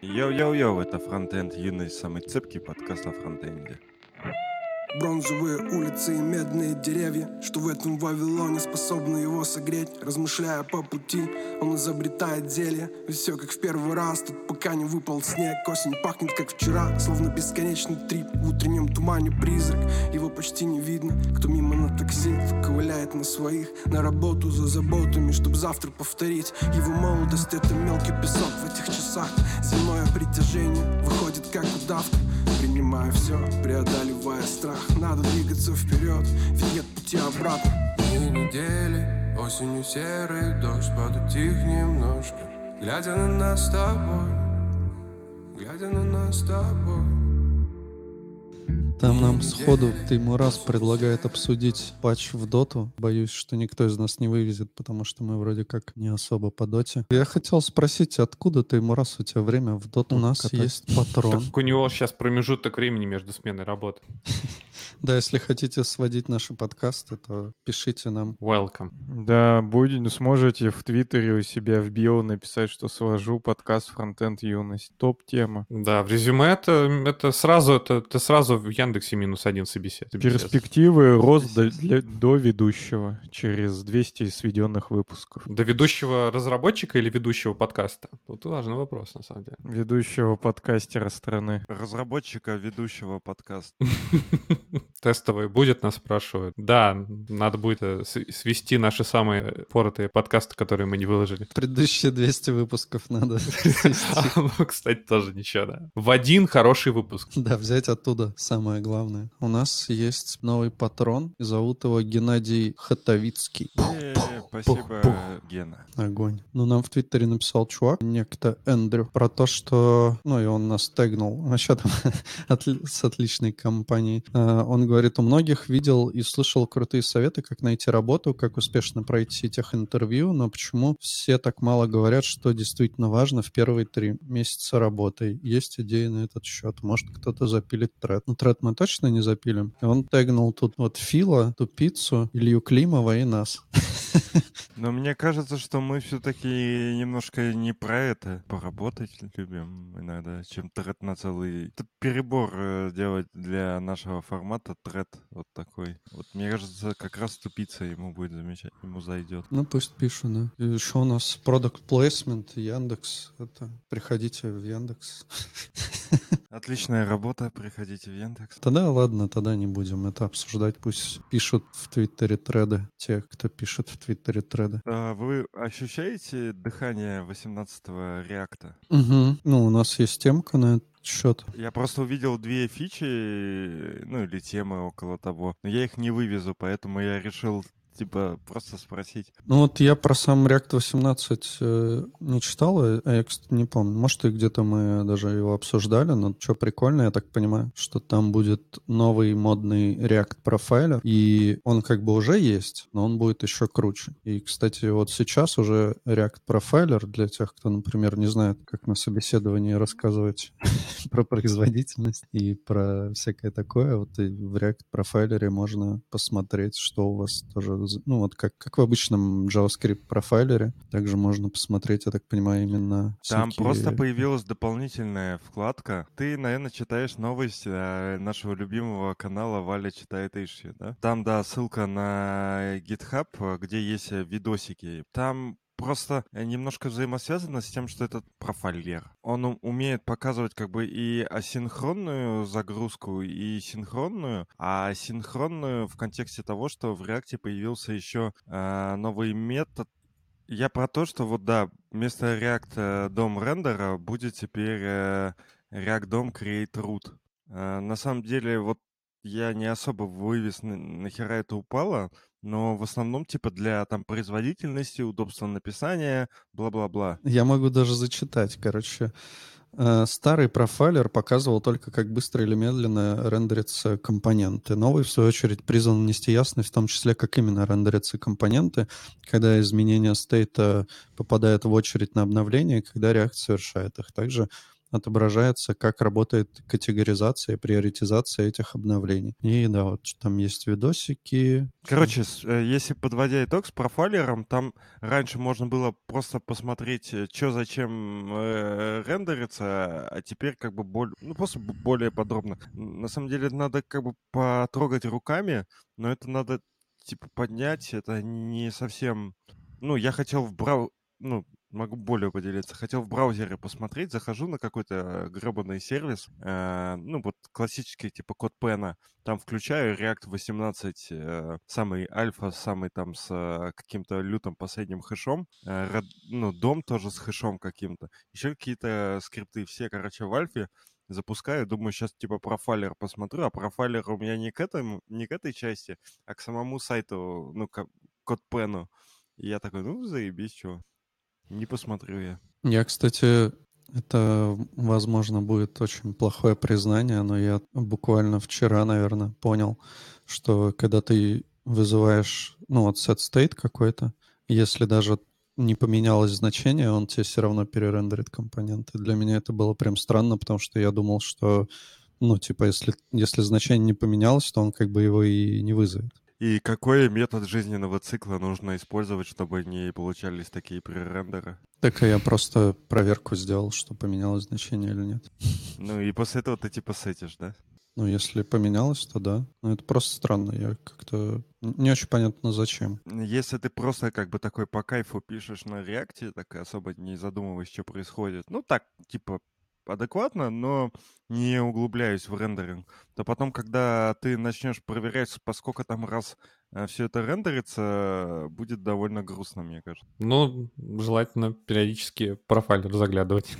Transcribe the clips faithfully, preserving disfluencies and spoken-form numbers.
Йоу-йоу-йоу, это Фронтенд Юность, самый цепкий подкаст о фронтенде. Бронзовые улицы и медные деревья, что в этом Вавилоне способны его согреть. Размышляя по пути, он изобретает зелье, ведь все как в первый раз, тут пока не выпал снег. Осень пахнет как вчера, словно бесконечный трип. В утреннем тумане призрак, его почти не видно. Кто мимо на такси, ковыляет на своих, на работу за заботами, чтоб завтра повторить. Его молодость — это мелкий песок в этих часах. Земное притяжение выходит как удавка. Принимая все, преодолевая страх. Надо двигаться вперед, ведь нет пути обратно. Дни недели, осенью серый дождь, подутих немножко. Глядя на нас с тобой, глядя на нас с тобой. Там нам сходу Теймураз предлагает обсудить патч в доту. Боюсь, что никто из нас не вывезет, потому что мы вроде как не особо по доте. Я хотел спросить, откуда, Теймураз, у тебя время в доту? У нас катать? Есть патрон. Так у него сейчас промежуток времени между сменой работы. Да, если хотите сводить наши подкасты, то пишите нам. Welcome. Да, будете, сможете в Твиттере у себя в био написать, что свожу подкаст Фронтенд Юность. Топ-тема. Да, в резюме это, это сразу, это, это сразу в Яндексе минус один собесед. Перспективы рост до, для, до ведущего через двести сведенных выпусков. До ведущего разработчика или ведущего подкаста? Тут важный вопрос, на самом деле. Ведущего подкастера страны. Разработчика ведущего подкаста. Тестовый будет, нас спрашивают. Да, надо будет свести наши самые поротые подкасты, которые мы не выложили. Предыдущие двести выпусков надо свести. Кстати, тоже ничего, да. В один хороший выпуск. Да, взять оттуда самое главное. У нас есть новый патрон, зовут его Геннадий Хатовицкий. Спасибо, Гена. Огонь. Ну, нам в Твиттере написал чувак, некто Эндрю, про то, что... Ну, и он нас тегнул. А что там с отличной компанией. Он говорит, у многих видел и слышал крутые советы, как найти работу, как успешно пройти техинтервью, но почему все так мало говорят, что действительно важно в первые три месяца работы? Есть идеи на этот счет. Может, кто-то запилит тред. Ну, тред мы точно не запилим. И он тегнул тут вот Фила, Тупицу, Илью Климова и нас. Но мне кажется, что мы все-таки немножко не про это. Поработать любим иногда, чем тред на целый... Это перебор э, делать для нашего формата тред вот такой. Вот мне кажется, как раз Тупица ему будет замечательно, ему зайдет. Ну, пусть пишут, да. И еще у нас Product Placement, Яндекс. Это... Приходите в Яндекс. Отличная работа, приходите в Яндекс. Тогда ладно, тогда не будем это обсуждать. Пусть пишут в Твиттере треды, те, кто пишет в Твиттере треды. А вы ощущаете дыхание восемнадцатого реакта? Угу. Ну, у нас есть темка на это. Счет. Я просто увидел две фичи, ну или темы около того, но я их не вывезу, поэтому я решил типа просто спросить. Ну вот я про сам React восемнадцать э, не читал, а я, кстати, не помню. Может, и где-то мы даже его обсуждали, но что прикольно, я так понимаю, что там будет новый модный React профайлер, и он как бы уже есть, но он будет еще круче. И, кстати, вот сейчас уже React профайлер для тех, кто, например, не знает, как на собеседовании рассказывать про производительность и про всякое такое, вот и в React профайлере можно посмотреть, что у вас тоже. Ну, вот как, как в обычном JavaScript профайлере. Также можно посмотреть, я так понимаю, именно... Там всякие... просто появилась дополнительная вкладка. Ты, наверное, читаешь новость э, нашего любимого канала «Валя читает issue», да? Там, да, ссылка на GitHub, где есть видосики. Там просто немножко взаимосвязано с тем, что этот профайлер. Он умеет показывать как бы и асинхронную загрузку, и синхронную, а синхронную в контексте того, что в React появился еще э, новый метод. Я про то, что вот да, вместо React дом рендера будет теперь э, React дом create root. Э, на самом деле вот я не особо вывез, на, нахера это упало, но в основном типа для там производительности, удобства написания, бла-бла-бла. Я могу даже зачитать, короче. Старый профайлер показывал только, как быстро или медленно рендерятся компоненты. Новый, в свою очередь, призван нести ясность, в том числе, как именно рендерятся компоненты, когда изменение стейта попадает в очередь на обновление, когда React совершает их. Также отображается, как работает категоризация, приоритизация этих обновлений. И да, вот там есть видосики. Короче, с- э, если подводя итог с профайлером, там раньше можно было просто посмотреть, что зачем э, рендерится, а теперь как бы боль, ну, просто б- более подробно. Н- На самом деле это надо как бы потрогать руками, но это надо типа поднять, это не совсем... Ну, я хотел в брау... Ну, могу более поделиться. Хотел в браузере посмотреть, захожу на какой-то гребаный сервис, э, ну, вот классический, типа CodePen, там включаю React восемнадцать, э, самый альфа, самый там с э, каким-то лютым последним хэшом, э, рад- ну, дом тоже с хэшом каким-то, еще какие-то скрипты, все, короче, в альфе, запускаю, думаю, сейчас типа профайлер посмотрю, а профайлер у меня не к этому, не к этой части, а к самому сайту, ну, к CodePen. И я такой, ну, заебись, чё, не посмотрю я. Я, кстати, это, возможно, будет очень плохое признание, но я буквально вчера, наверное, понял, что когда ты вызываешь, ну, вот set state какой-то, если даже не поменялось значение, он тебе все равно перерендерит компоненты. Для меня это было прям странно, потому что я думал, что, ну, типа, если, если значение не поменялось, то он как бы его и не вызовет. И какой метод жизненного цикла нужно использовать, чтобы не получались такие пререндеры? Так я просто проверку сделал, что поменялось значение или нет. Ну и после этого ты типа сетишь, да? Ну, если поменялось, то да. Но это просто странно. Я как-то... Не очень понятно, зачем. Если ты просто как бы такой по кайфу пишешь на реакте, так особо не задумываясь, что происходит, ну так, типа, адекватно, но не углубляюсь в рендеринг, то потом, когда ты начнешь проверять, по сколько там раз все это рендерится, будет довольно грустно, мне кажется. Ну, желательно периодически профайлер заглядывать.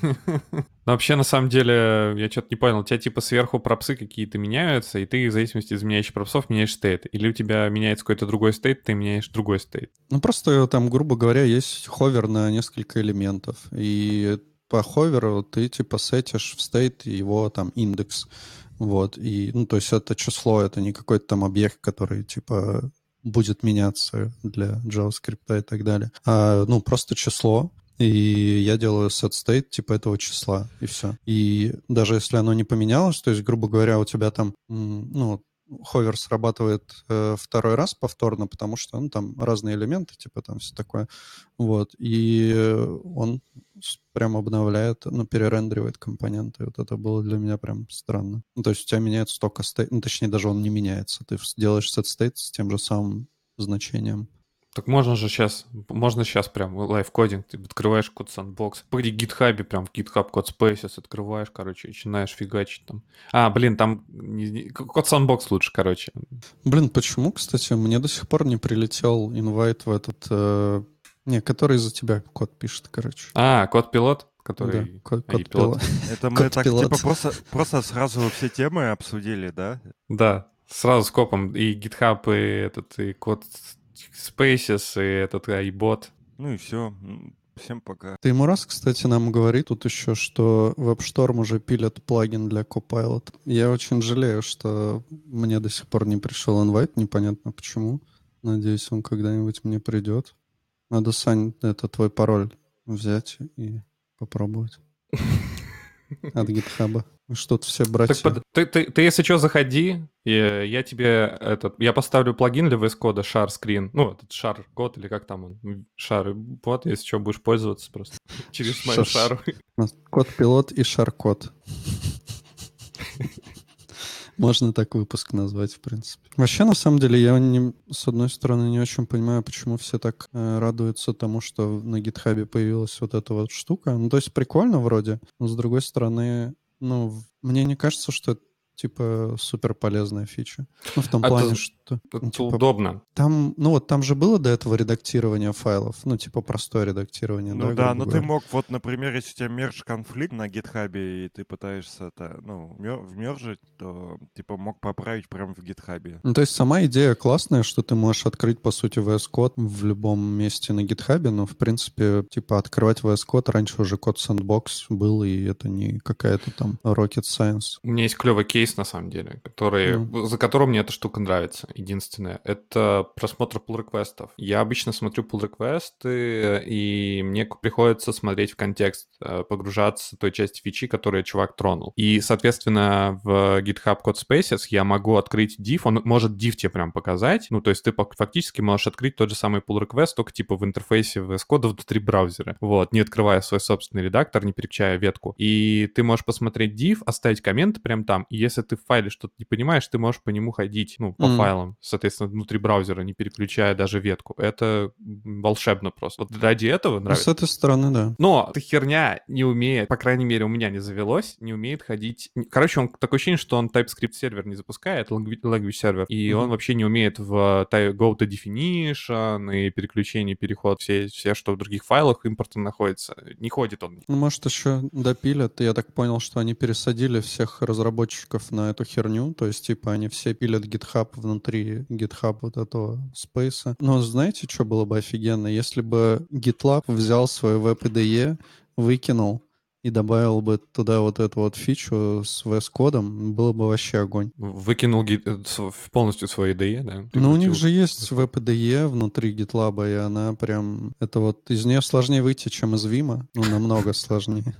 Но вообще, на самом деле, я что-то не понял. У тебя типа сверху пропсы какие-то меняются, и ты в зависимости от изменяющих пропсов меняешь стейт. Или у тебя меняется какой-то другой стейт, ты меняешь другой стейт. Ну, просто там, грубо говоря, есть ховер на несколько элементов. И по ховеру ты типа сетишь в стейт его там индекс. Вот. И, ну, то есть это число, это не какой-то там объект, который типа будет меняться для JavaScript и так далее. А, ну, просто число. И я делаю set state типа этого числа, и все. И даже если оно не поменялось, то есть, грубо говоря, у тебя там, м, ну, ховер срабатывает э, второй раз повторно, потому что, ну, там разные элементы, типа там все такое. Вот. И э, он с- прям обновляет, ну, перерендеривает компоненты. Вот это было для меня прям странно. Ну, то есть у тебя меняется только стейт, ну, точнее, даже он не меняется. Ты вс- делаешь set state с тем же самым значением. Так можно же сейчас, можно сейчас прям лайфкодинг, ты открываешь код Sandbox, погоди, в гитхабе прям в GitHub код Spaces открываешь, короче, и начинаешь фигачить там. А, блин, там не- не- код Sandbox лучше, короче. Блин, почему, кстати, мне до сих пор не прилетел инвайт в этот... э, Не, который за тебя код пишет, короче. А, код пилот, Да, который... код, а, и код пилот. пилот. Это мы Код так пилот. типа просто, просто сразу все темы обсудили, да? Да, сразу с копом и GitHub, и этот, и код Spaces, и этот iBot. Ну и все. Всем пока. Теймурас, кстати, нам говорит тут еще, что WebStorm уже пилят плагин для Copilot. Я очень жалею, что мне до сих пор не пришел инвайт, непонятно почему. Надеюсь, он когда-нибудь мне придет. Надо, Сань, это твой пароль взять и попробовать от гитхаба. Что-то все Так, братья. под- ты, ты, ты, если что, заходи, и я тебе этот, я поставлю плагин для ви эс Code, Share Screen, ну, этот Share код, или как там он, Share бот, если что, будешь пользоваться просто через мою Ш- шару. Код-пилот и шар-код. Можно так выпуск назвать, в принципе. Вообще, на самом деле, я не, с одной стороны не очень понимаю, почему все так э, радуются тому, что на гитхабе появилась вот эта вот штука. Ну, то есть прикольно вроде, но с другой стороны, ну, в- мне не кажется, что это типа супер полезная фича. Ну, в том Это- плане, что... ну, Это типа, удобно. там, ну вот там же было до этого редактирование файлов, ну, типа простое редактирование, Ну да, да, грубо но ты говоря. мог, вот, например, если у тебя мерж конфликт на гитхабе, и ты пытаешься это, ну, мер- вмержить, то типа мог поправить прямо в гитхабе. Ну, то есть сама идея классная, что ты можешь открыть, по сути, ви эс Code в любом месте на гитхабе, но, в принципе, типа, открывать ви эс Code, раньше уже код Sandbox был, и это не какая-то там rocket science. У меня есть клевый кейс кейс, на самом деле, который, Ну. за которым мне эта штука нравится. Единственное, это просмотр pull-реквестов. Я обычно смотрю pull-реквесты, и мне приходится смотреть в контекст, э, погружаться в той части фичи, которую чувак тронул. И, соответственно, в GitHub Codespaces я могу открыть div, он может div тебе прям показать, ну, то есть ты фактически можешь открыть тот же самый pull-request, только типа в интерфейсе ви эс Code внутри браузера, вот, не открывая свой собственный редактор, не переключая ветку. И ты можешь посмотреть div, оставить комменты прям там, и если ты в файле что-то не понимаешь, ты можешь по нему ходить, ну, по Мгм. файлам, соответственно, внутри браузера, не переключая даже ветку. Это волшебно просто. Вот ради этого Ну, с нравится. этой стороны, да. Но эта херня не умеет, по крайней мере, у меня не завелось, не умеет ходить. Короче, он такое ощущение, что он TypeScript сервер не запускает, language language сервер, и он Мгм. вообще не умеет в ty- go to definition и переключение, переход, все, все, что в других файлах импорта находится. Не ходит он. Ну, может, еще допилят. Я так понял, что они пересадили всех разработчиков на эту херню. То есть, типа, они все пилят GitHub внутри GitHub вот этого спейса. Но знаете, что было бы офигенно? Если бы GitLab взял свою веб-ай ди и, выкинул и добавил бы туда вот эту вот фичу с ви эс-кодом, было бы вообще огонь. Выкинул гит- э, св- полностью свою ай ди и, да? Ну, у них Прикрутил. же есть веб-ай ди и внутри GitLab, и она прям... Это вот из нее сложнее выйти, чем из Vim. Ну, намного сложнее.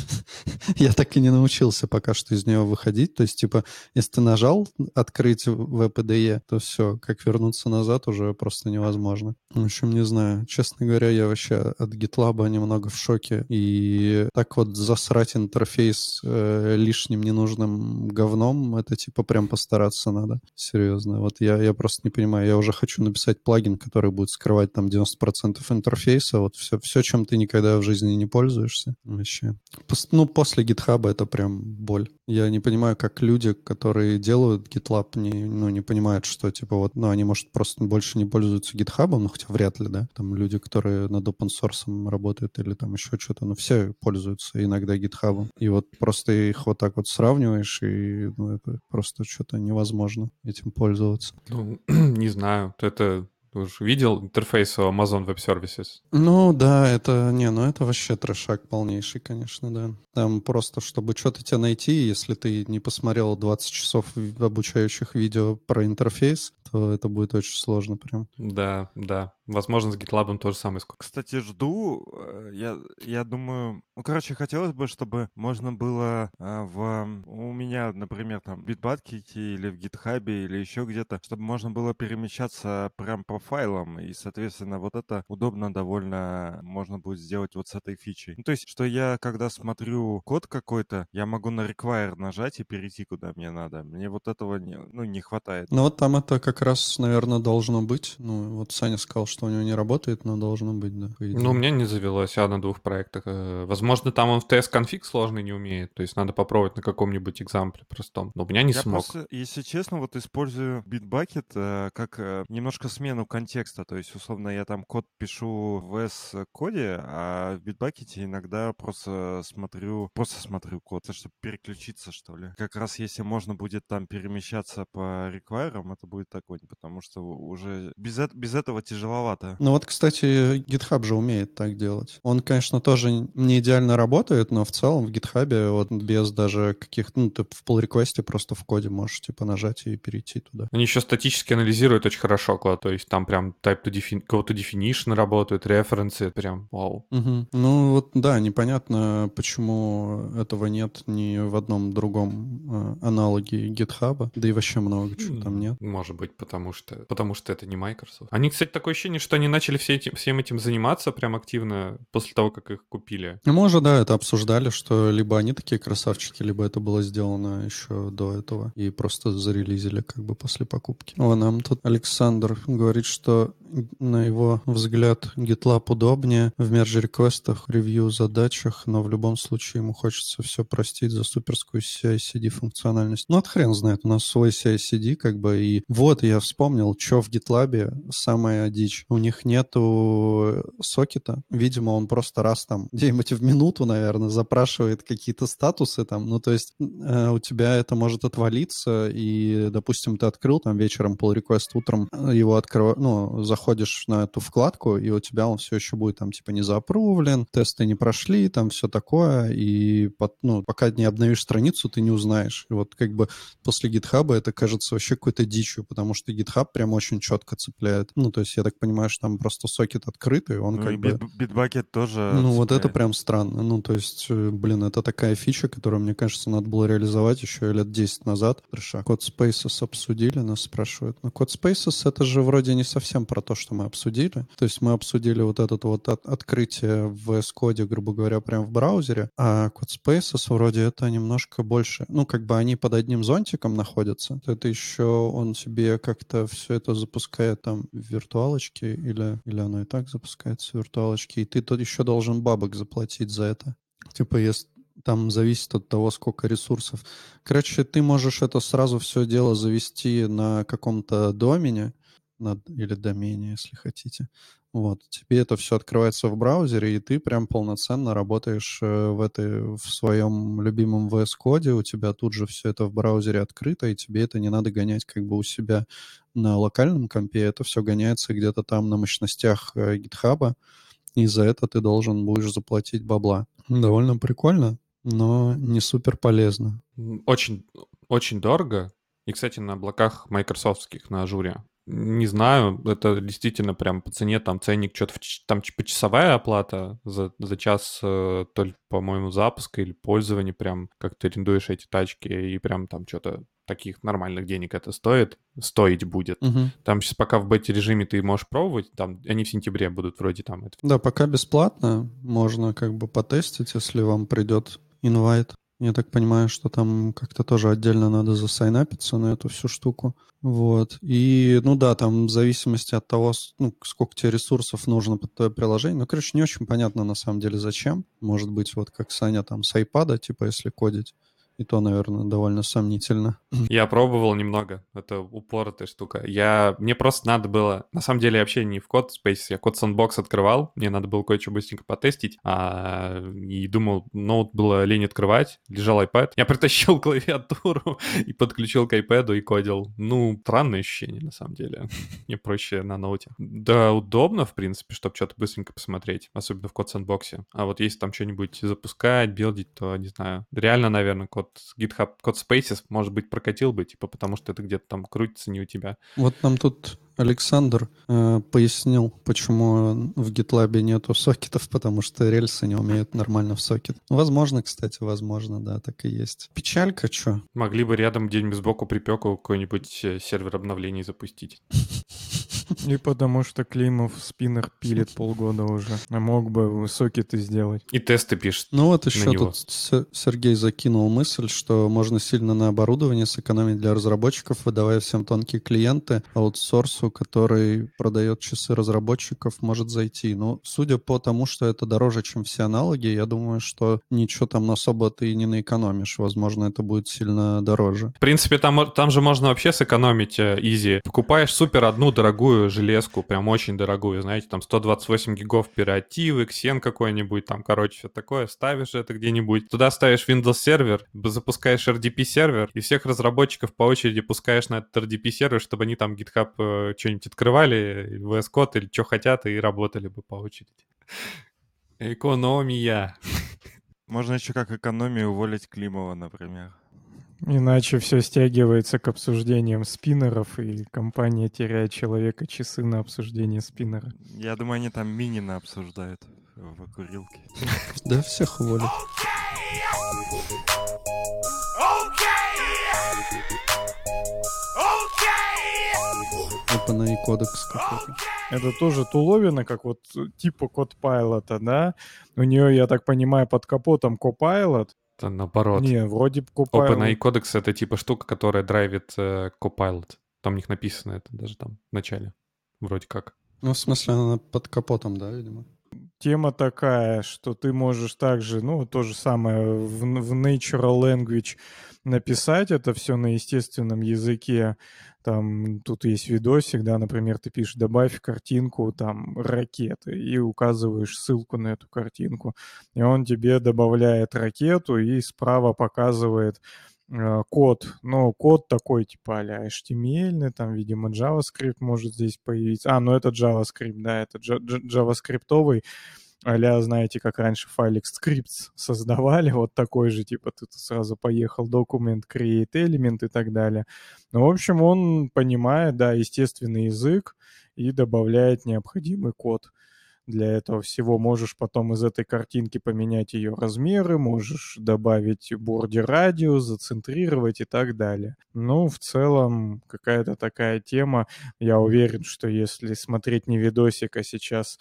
Я так и не научился пока что из нее выходить. То есть, типа, если ты нажал открыть веб-ай ди и, то все, как вернуться назад уже просто невозможно. В общем, не знаю. Честно говоря, я вообще от GitLab немного в шоке. И так вот засрать интерфейс э, лишним ненужным говном, это типа прям постараться надо. Серьезно. Вот я, я просто не понимаю. Я уже хочу написать плагин, который будет скрывать там девяносто процентов интерфейса. Вот все, все, чем ты никогда в жизни не пользуешься. Вообще. Пос- ну, после GitHub это прям боль. Я не понимаю, как люди, которые делают GitLab, не, ну, не понимают, что типа вот, ну, они, может, просто больше не пользуются GitHub, ну, хотя вряд ли, да. Там люди, которые над open source работают или там еще что-то, ну, все пользуются иногда GitHub. И вот просто их вот так вот сравниваешь, и ну, это просто что-то невозможно этим пользоваться. Ну, не знаю. Это ты уж видел интерфейс у Amazon Web Services? Ну да, это, не, ну это вообще трешак полнейший, конечно, да. Там просто, чтобы что-то тебя найти, если ты не посмотрел двадцать часов в- обучающих видео про интерфейс, то это будет очень сложно прям. Да, да. Возможно, с GitLab то же самое. сколько- Кстати, жду, э, я, я думаю, ну, короче, хотелось бы, чтобы можно было а, в, у меня, например, там, в Bitbucket или в GitHub или еще где-то, чтобы можно было перемещаться прям по файлам, и, соответственно, вот это удобно довольно можно будет сделать вот с этой фичей. Ну, то есть, что я, когда смотрю код какой-то, я могу на require нажать и перейти, куда мне надо. Мне вот этого не, ну, не хватает. Ну вот там это как раз, наверное, должно быть. Ну вот Саня сказал, что у него не работает, но должно быть, да, по идее. Ну, у меня не завелось, я на двух проектах. Э, Возможно, там он в ти эс-конфиг сложный не умеет, то есть надо попробовать на каком-нибудь экзампле простом. Но у меня не Я смог. просто, если честно, вот использую Bitbucket э, как э, немножко смену контекста. То есть, условно, я там код пишу в эс-коде, а в Bitbucket иногда просто смотрю, просто смотрю код, чтобы переключиться, что ли. Как раз если можно будет там перемещаться по реквайрам, это будет огонь, потому что уже без, э- без этого тяжеловато. Ну вот, кстати, GitHub же умеет так делать. Он, конечно, тоже не идеально работает, но в целом в GitHub вот без даже каких-то, ну, ты в pull-реквесте просто в коде можешь типа нажать и перейти туда. Они еще статически анализируют очень хорошо код, то есть там прям type to defin- go to definition работают, референсы, прям вау. Мгм. Ну вот да, непонятно, почему этого нет ни в одном другом э, аналоге GitHub, да и вообще много чего там нет. Может быть, потому что, потому что это не Microsoft. Они, кстати, такое ощущение, что они начали все этим, всем этим заниматься прям активно после того, как их купили. Ну, мы уже, да, это обсуждали, что либо они такие красавчики, либо это было сделано еще до этого и просто зарелизили как бы после покупки. О, нам тут Александр говорит, что на его взгляд GitLab удобнее в мерж-реквестах, ревью-задачах, но в любом случае ему хочется все простить за суперскую си ай-си ди функциональность. Ну, от хрен знает, у нас свой си ай-си ди как бы, и вот я вспомнил, что в GitLab самая дичь. У них нету сокета, видимо, он просто раз там где-нибудь в минуту, наверное, запрашивает какие-то статусы там, ну, то есть э, у тебя это может отвалиться, и, допустим, ты открыл там вечером pull request, утром его открываешь, ну, заходишь заходишь на эту вкладку, и у тебя он все еще будет там типа не заапрувлен, тесты не прошли, там все такое, и под, ну, пока не обновишь страницу, ты не узнаешь. И вот как бы после GitHub это кажется вообще какой-то дичью, потому что GitHub прям очень четко цепляет. Ну, то есть я так понимаю, что там просто сокет открытый, он Ну как и бы... Bit- Bitbucket тоже Ну, вот это цепляет. прям странно. Ну, то есть, э, блин, это такая фича, которую, мне кажется, надо было реализовать еще лет десять назад. Хорошо. Код Spaces обсудили, нас спрашивают. Но код Spaces — это же вроде не совсем про то, что мы обсудили. То есть мы обсудили вот это вот от- открытие в ви эс Code, грубо говоря, прямо в браузере, а код Spaces вроде это немножко больше. Ну, как бы они под одним зонтиком находятся. Это еще он себе как-то все это запускает там в виртуалочке или, или оно и так запускается в виртуалочке, и ты тут еще должен бабок заплатить за это. Типа, если там зависит от того, сколько ресурсов. Короче, ты можешь это сразу все дело завести на каком-то домене, на, или домене, если хотите. Вот. Тебе это все открывается в браузере, и ты прям полноценно работаешь э, в, этой, в своем любимом ви эс Code. У тебя тут же все это в браузере открыто, и тебе это не надо гонять как бы у себя на локальном компе. Это все гоняется где-то там на мощностях э, GitHub, и за это ты должен будешь заплатить бабла. Довольно прикольно, но не супер полезно. М, Очень, очень дорого. И, кстати, на облаках майкрософтских, на Ажуре. Не знаю, это действительно прям по цене, там ценник что-то, там типа часовая оплата за, за час, э, то ли, по-моему, запуска или пользования, прям как ты арендуешь эти тачки, и прям там что-то таких нормальных денег это стоит, стоить будет. Мгм. Там сейчас пока в бете-режиме ты можешь пробовать, там они в сентябре будут вроде там. Это... Да, пока бесплатно, можно как бы потестить, если вам придет инвайт. Я так понимаю, что там как-то тоже отдельно надо засайнапиться на эту всю штуку. Вот. И, ну да, там в зависимости от того, с- ну, сколько тебе ресурсов нужно под твое приложение. Ну, короче, не очень понятно на самом деле зачем. Может быть, вот как Саня там с айпада, типа, если кодить. И то, наверное, довольно сомнительно. Я пробовал немного, это упоротая штука. Я... Мне просто надо было... На самом деле, я вообще не в код Space, я код Sandbox открывал, мне надо было кое-что быстренько потестить, а... и думал, ноут было лень открывать, лежал iPad. Я притащил клавиатуру и подключил к iPad и кодил. Ну, странное ощущение, на самом деле. Мне проще на ноуте. Да, удобно, в принципе, чтобы что-то быстренько посмотреть, особенно в код Sandbox. А вот если там что-нибудь запускать, билдить, то, не знаю, реально, наверное, код GitHub, код Spaces, может быть, прокатил бы, типа, потому что это где-то там крутится не у тебя. Вот нам тут Александр э, пояснил, почему в GitLab нету сокетов, потому что рельсы не умеют нормально в сокет. Возможно, кстати, возможно, да, так и есть. Печалька, чё? Могли бы рядом где-нибудь сбоку припеку какой-нибудь э, сервер обновлений запустить. И потому что Климов спиннер пилит полгода уже. А мог бы сокеты сделать. И тесты пишет. Ну вот на еще него. тут С- Сергей закинул мысль, что можно сильно на оборудовании сэкономить для разработчиков, выдавая всем тонкие клиенты, аутсорсу, который продает часы разработчиков, может зайти. Но судя по тому, что это дороже, чем все аналоги, я думаю, что ничего там особо ты не наэкономишь. Возможно, это будет сильно дороже. В принципе, там, там же можно вообще сэкономить изи. Покупаешь супер одну дорогую железку, прям очень дорогую, знаете, там сто двадцать восемь гигов оперативы, Xen какой-нибудь, там, короче, все такое, ставишь это где-нибудь. Туда ставишь Windows сервер, запускаешь эр ди пи сервер, и всех разработчиков по очереди пускаешь на этот эр ди пи сервер, чтобы они там GitHub э, что-нибудь открывали, ви эс Code или что хотят, и работали бы по очереди. Экономия. Можно еще как экономию уволить Климова, например. Иначе все стягивается к обсуждениям спиннеров, и компания теряет человека часы на обсуждение спиннера. Я думаю, они там Минина обсуждают в курилке. Да всех уволят. OpenAI кодекс какой-то. Это тоже туловина, как вот э, типа Copilot, да? У нее, я так понимаю, под капотом Copilot. Это наоборот. Не, вроде OpenAI Copilot. кодекс — это типа штука, которая драйвит э, Copilot. Там у них написано это даже там в начале. Вроде как. Ну, в смысле, она под капотом, да, видимо? Тема такая, что ты можешь также, ну, то же самое в, в natural language написать это все на естественном языке. Там, тут есть видосик, да, например, ты пишешь, добавь картинку, там, ракеты, и указываешь ссылку на эту картинку. И он тебе добавляет ракету и справа показывает э, код, но код такой типа а-ля эйч ти эм эль, там, видимо, JavaScript может здесь появиться. А, ну это JavaScript, да, это джа- джа- JavaScript-овый, а-ля, знаете, как раньше файлик scripts создавали, вот такой же, типа, ты тут сразу поехал, документ, create element и так далее. Ну, в общем, он понимает, да, естественный язык и добавляет необходимый код. Для этого всего можешь потом из этой картинки поменять ее размеры, можешь добавить бордер радиус, зацентрировать и так далее. Ну, в целом, какая-то такая тема. Я уверен, что если смотреть не видосик, а сейчас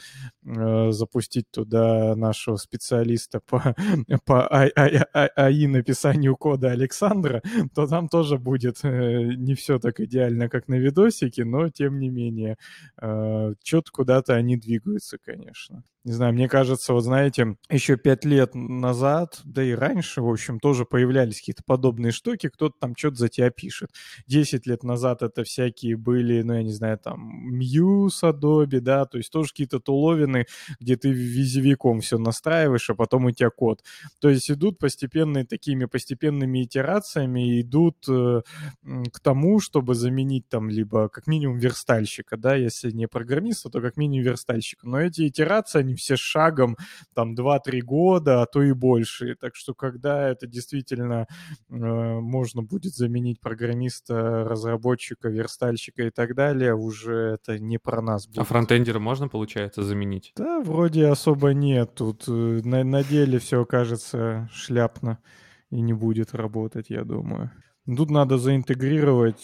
э, запустить туда нашего специалиста по, по эй ай написанию кода Александра, то там тоже будет э, не все так идеально, как на видосике, но тем не менее, э, что-то куда-то они двигаются, конечно. Не знаю, мне кажется, вот знаете, еще пять лет назад, да и раньше, в общем, тоже появлялись какие-то подобные штуки, кто-то там что-то за тебя пишет. Десять лет назад это всякие были, ну, я не знаю, там, Muse, Adobe, да, то есть тоже какие-то туловины, где ты визовиком все настраиваешь, а потом у тебя код. То есть идут постепенные такими постепенными итерациями, идут э, к тому, чтобы заменить там либо как минимум верстальщика, да, если не программиста, то как минимум верстальщика. Но эти итерации, они все с шагом там два-три года, а то и больше. Так что когда это действительно э, можно будет заменить программиста, разработчика, верстальщика и так далее, уже это не про нас будет. А фронтендера можно, получается, заменить? Да, вроде особо нет. Тут э, на, на деле все окажется шляпно и не будет работать, я думаю. Тут надо заинтегрировать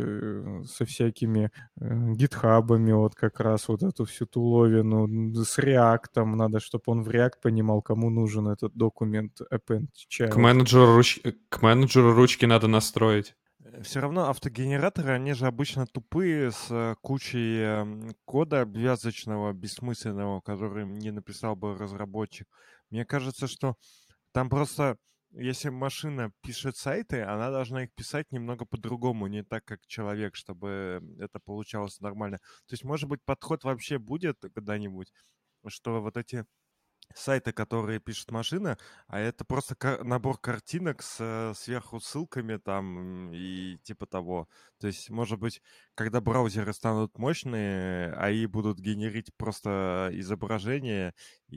э, со всякими э, гитхабами вот как раз вот эту всю туловину, с React, надо, чтобы он в React понимал, кому нужен этот документ append child. К менеджеру, руч... К менеджеру ручки надо настроить. Все равно автогенераторы, они же обычно тупые, с э, кучей эм, кода обвязочного, бессмысленного, который не написал бы разработчик. Мне кажется, что там просто, если машина пишет сайты, она должна их писать немного по-другому, не так, как человек, чтобы это получалось нормально. То есть, может быть, подход вообще будет когда-нибудь, что вот эти сайты, которые пишет машина, а это просто ка- набор картинок с э, сверху ссылками там и типа того. То есть, может быть, когда браузеры станут мощные, а и будут генерить просто изображение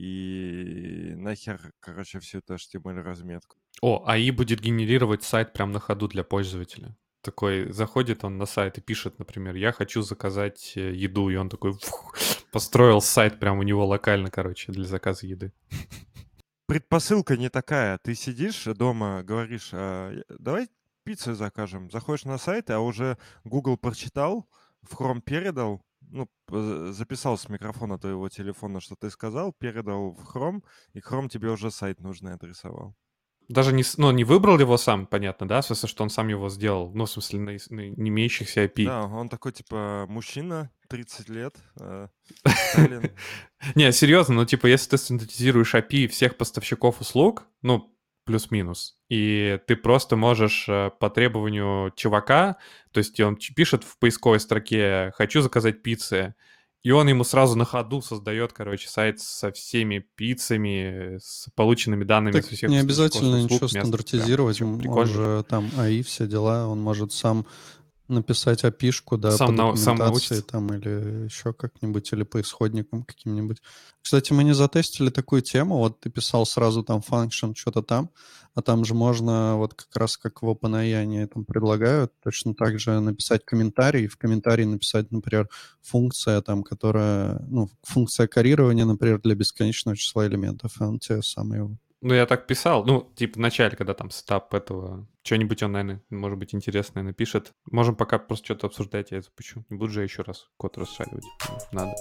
и нахер, короче, всю эту эйч ти эм эль-разметку. О, эй ай будет генерировать сайт прямо на ходу для пользователя. Такой, заходит он на сайт и пишет, например, я хочу заказать э, еду, и он такой фух, построил сайт прямо у него локально, короче, для заказа еды. Предпосылка не такая. Ты сидишь дома, говоришь, «А, я- давай пиццу закажем. Заходишь на сайт, а уже Google прочитал, в Chrome передал, ну, п- записал с микрофона твоего телефона, что ты сказал, передал в Chrome, и Chrome тебе уже сайт нужный адресовал. Даже не, с- ну, не выбрал его сам, понятно, да? В смысле, что он сам его сделал. Ну, в смысле, на, ис- на не имеющихся эй пи ай. Да, он такой, типа, мужчина, тридцать лет, э, Сталин. Не, серьезно, ну, типа, если ты синтезируешь эй пи ай всех поставщиков услуг, ну, плюс-минус, и ты просто можешь э, по требованию чувака, то есть он ч- пишет в поисковой строке «хочу заказать пиццы», и он ему сразу на ходу создает, короче, сайт со всеми пиццами, с полученными данными Так со всех не поставщиков обязательно услуг. ничего Место прям, стандартизировать, причем м, он прикольно. же там эй ай, все дела, он может сам написать эй пи ай-шку, да, Сам по нау- сам документации научится. там или еще как-нибудь, или по исходникам каким-нибудь. Кстати, мы не затестили такую тему, вот ты писал сразу там function, что-то там, а там же можно вот как раз как в OpenAI они там предлагают, точно так же написать комментарий, в комментарии написать, например, функция там, которая, ну, функция карирования, например, для бесконечного числа элементов, и он тебе сам его. Ну, я так писал. Ну, типа, в начале, когда там сетап этого... Что-нибудь он, наверное, может быть, интересное напишет. Можем пока просто что-то обсуждать, я запущу. Не буду же еще раз код расшаривать. Надо.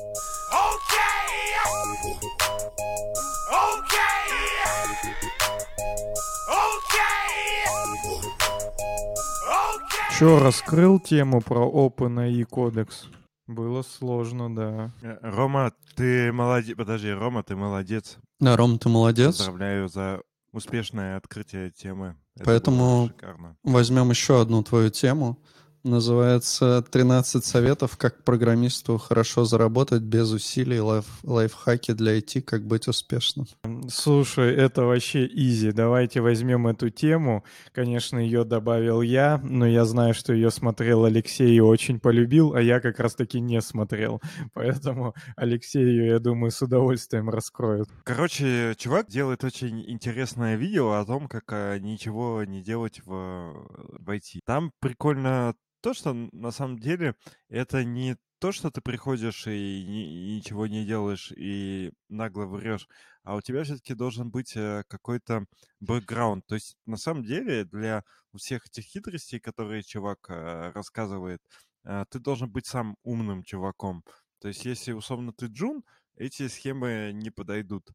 Чё, раскрыл тему про OpenAI кодекс? Было сложно, да. Э, Рома, ты молодец. Подожди, Рома, ты молодец. Да, Ром, ты молодец. Поздравляю за успешное открытие темы. Это было Поэтому шикарно. возьмем еще одну твою тему. Называется «тринадцать советов, как программисту хорошо заработать без усилий. Лайф, лайфхаки для ай ти. Как быть успешным». Слушай, это вообще изи. Давайте возьмем эту тему. Конечно, ее добавил я, но я знаю, что ее смотрел Алексей и очень полюбил, а я как раз-таки не смотрел. Поэтому Алексей ее, я думаю, с удовольствием раскроет. Короче, чувак делает очень интересное видео о том, как а, ничего не делать в, в ай ти. Там прикольно то, что н- на самом деле это не то, что ты приходишь и, ни- и ничего не делаешь и нагло врешь, а у тебя все-таки должен быть э, какой-то бэкграунд. То есть на самом деле для всех этих хитростей, которые чувак э, рассказывает, э, ты должен быть сам умным чуваком. То есть если условно ты джун, эти схемы не подойдут.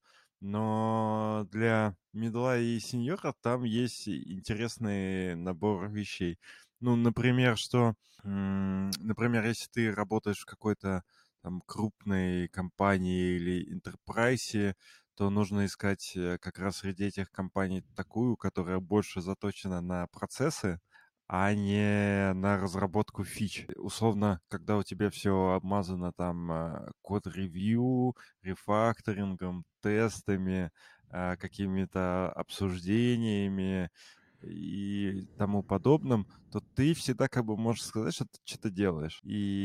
Но для мидла и сеньора там есть интересный набор вещей. Ну, например, что, м, например, если ты работаешь в какой-то там крупной компании или интерпрайсе, то нужно искать э, как раз среди этих компаний такую, которая больше заточена на процессы, а не на разработку фич. Условно, когда у тебя все обмазано там а, код-ревью, рефакторингом, тестами, а, какими-то обсуждениями и тому подобным, то ты всегда как бы можешь сказать, что ты что-то делаешь.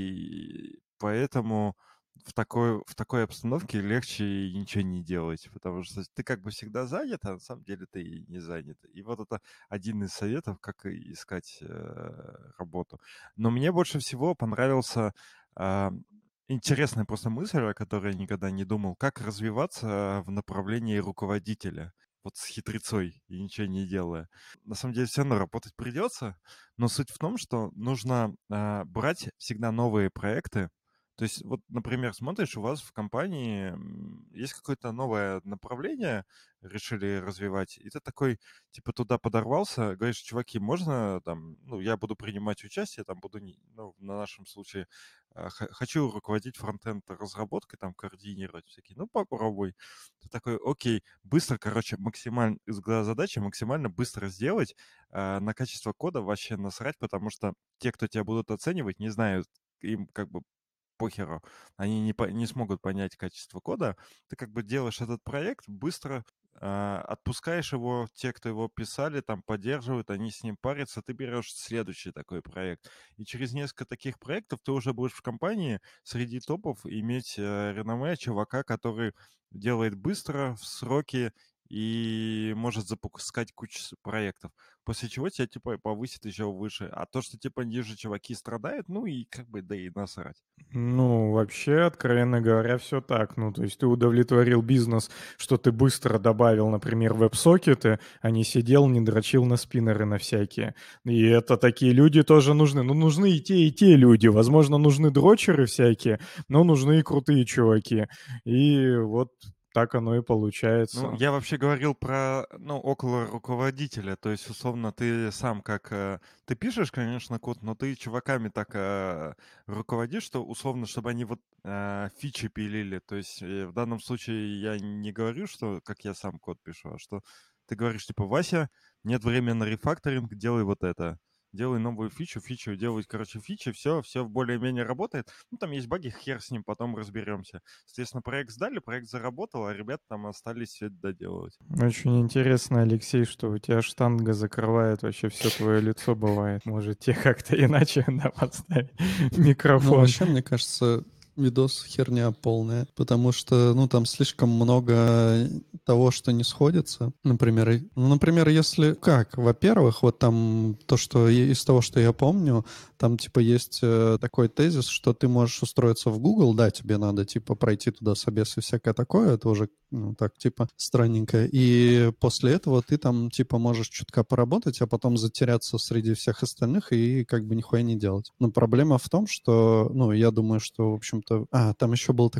И поэтому в такой, в такой обстановке легче ничего не делать, потому что ты как бы всегда занят, а на самом деле ты и не занят. И вот это один из советов, как и искать э, работу. Но мне больше всего понравился а, интересная просто мысль, о которой я никогда не думал, как развиваться в направлении руководителя. Вот с хитрецой и ничего не делая. На самом деле все равно работать придется, но суть в том, что нужно а, брать всегда новые проекты. То есть вот, например, смотришь, у вас в компании м, есть какое-то новое направление, решили развивать, и ты такой, типа, туда подорвался, говоришь, чуваки, можно там, ну, я буду принимать участие, там буду, не- ну, на нашем случае, а, х- хочу руководить фронтенд разработкой, там, координировать всякие, ну, попробуй. Ты такой, окей, быстро, короче, максимально, из глаза задачи максимально быстро сделать, а, на качество кода вообще насрать, потому что те, кто тебя будут оценивать, не знают, им как бы похеру, они не, по- не смогут понять качество кода. Ты как бы делаешь этот проект быстро, а, отпускаешь его, те, кто его писали, там поддерживают, они с ним парятся, ты берешь следующий такой проект. И через несколько таких проектов ты уже будешь в компании среди топов иметь э, реноме чувака, который делает быстро, в сроки и может запускать кучу с- проектов. После чего тебя, типа, повысит еще выше. А то, что, типа, ниже чуваки страдают, ну и как бы, да и насрать. Ну, вообще, откровенно говоря, все так. Ну, то есть ты удовлетворил бизнес, что ты быстро добавил, например, веб-сокеты, а не сидел, не дрочил на спиннеры на всякие. И это такие люди тоже нужны. Ну, нужны и те, и те люди. Возможно, нужны дрочеры всякие, но нужны и крутые чуваки. И вот так оно и Ну, получается. я вообще говорил про, ну, около руководителя. То есть, условно, ты сам как... э, Ты пишешь, конечно, код, но ты чуваками так э, руководишь, что, условно, чтобы они вот э, фичи пилили. То есть, э, в данном случае я не говорю, что как я сам код пишу, а что ты говоришь, типа, Вася, нет времени на рефакторинг, делай вот это. Делай новую фичу, фичу, делай, короче, фичи, все, все более-менее работает. Ну, там есть баги, хер с ним, потом разберемся. Соответственно, проект сдали, проект заработал, а ребята там остались все это доделывать. Очень интересно, Алексей, что у тебя штанга закрывает вообще все твое лицо бывает. Может, тебе как-то иначе да, подставить Ну, микрофон. вообще, мне кажется, видос херня полная, потому что, ну, там слишком много того, что не сходится. Например, и- ну, например, если... Как? Во-первых, вот там то, что я- из того, что я помню, там, типа, есть э, такой тезис, что ты можешь устроиться в Google, да, тебе надо, типа, пройти туда собес и всякое такое, это уже, ну, так, типа, странненько. И после этого ты там, типа, можешь чутка поработать, а потом затеряться среди всех остальных и как бы нихуя не делать. Но проблема в том, что, ну, я думаю, что, в общем-то... А, там еще был так-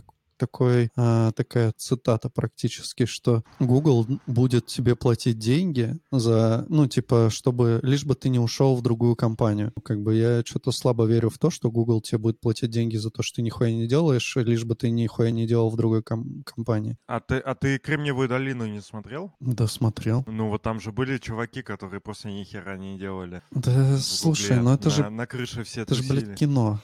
такой, а, такая цитата практически, что Google будет тебе платить деньги за, ну, типа, чтобы, лишь бы ты не ушел в другую компанию. Как бы я что-то слабо верю в то, что Google тебе будет платить деньги за то, что ты нихуя не делаешь, лишь бы ты нихуя не делал в другой ком- компании. А ты, а ты «Кремниевую долину» не смотрел? Да, смотрел. Ну, вот там же были чуваки, которые просто ни хера не делали. Да, В слушай, Гугле ну это на, же, на крыше все это же, блядь, тусили. кино.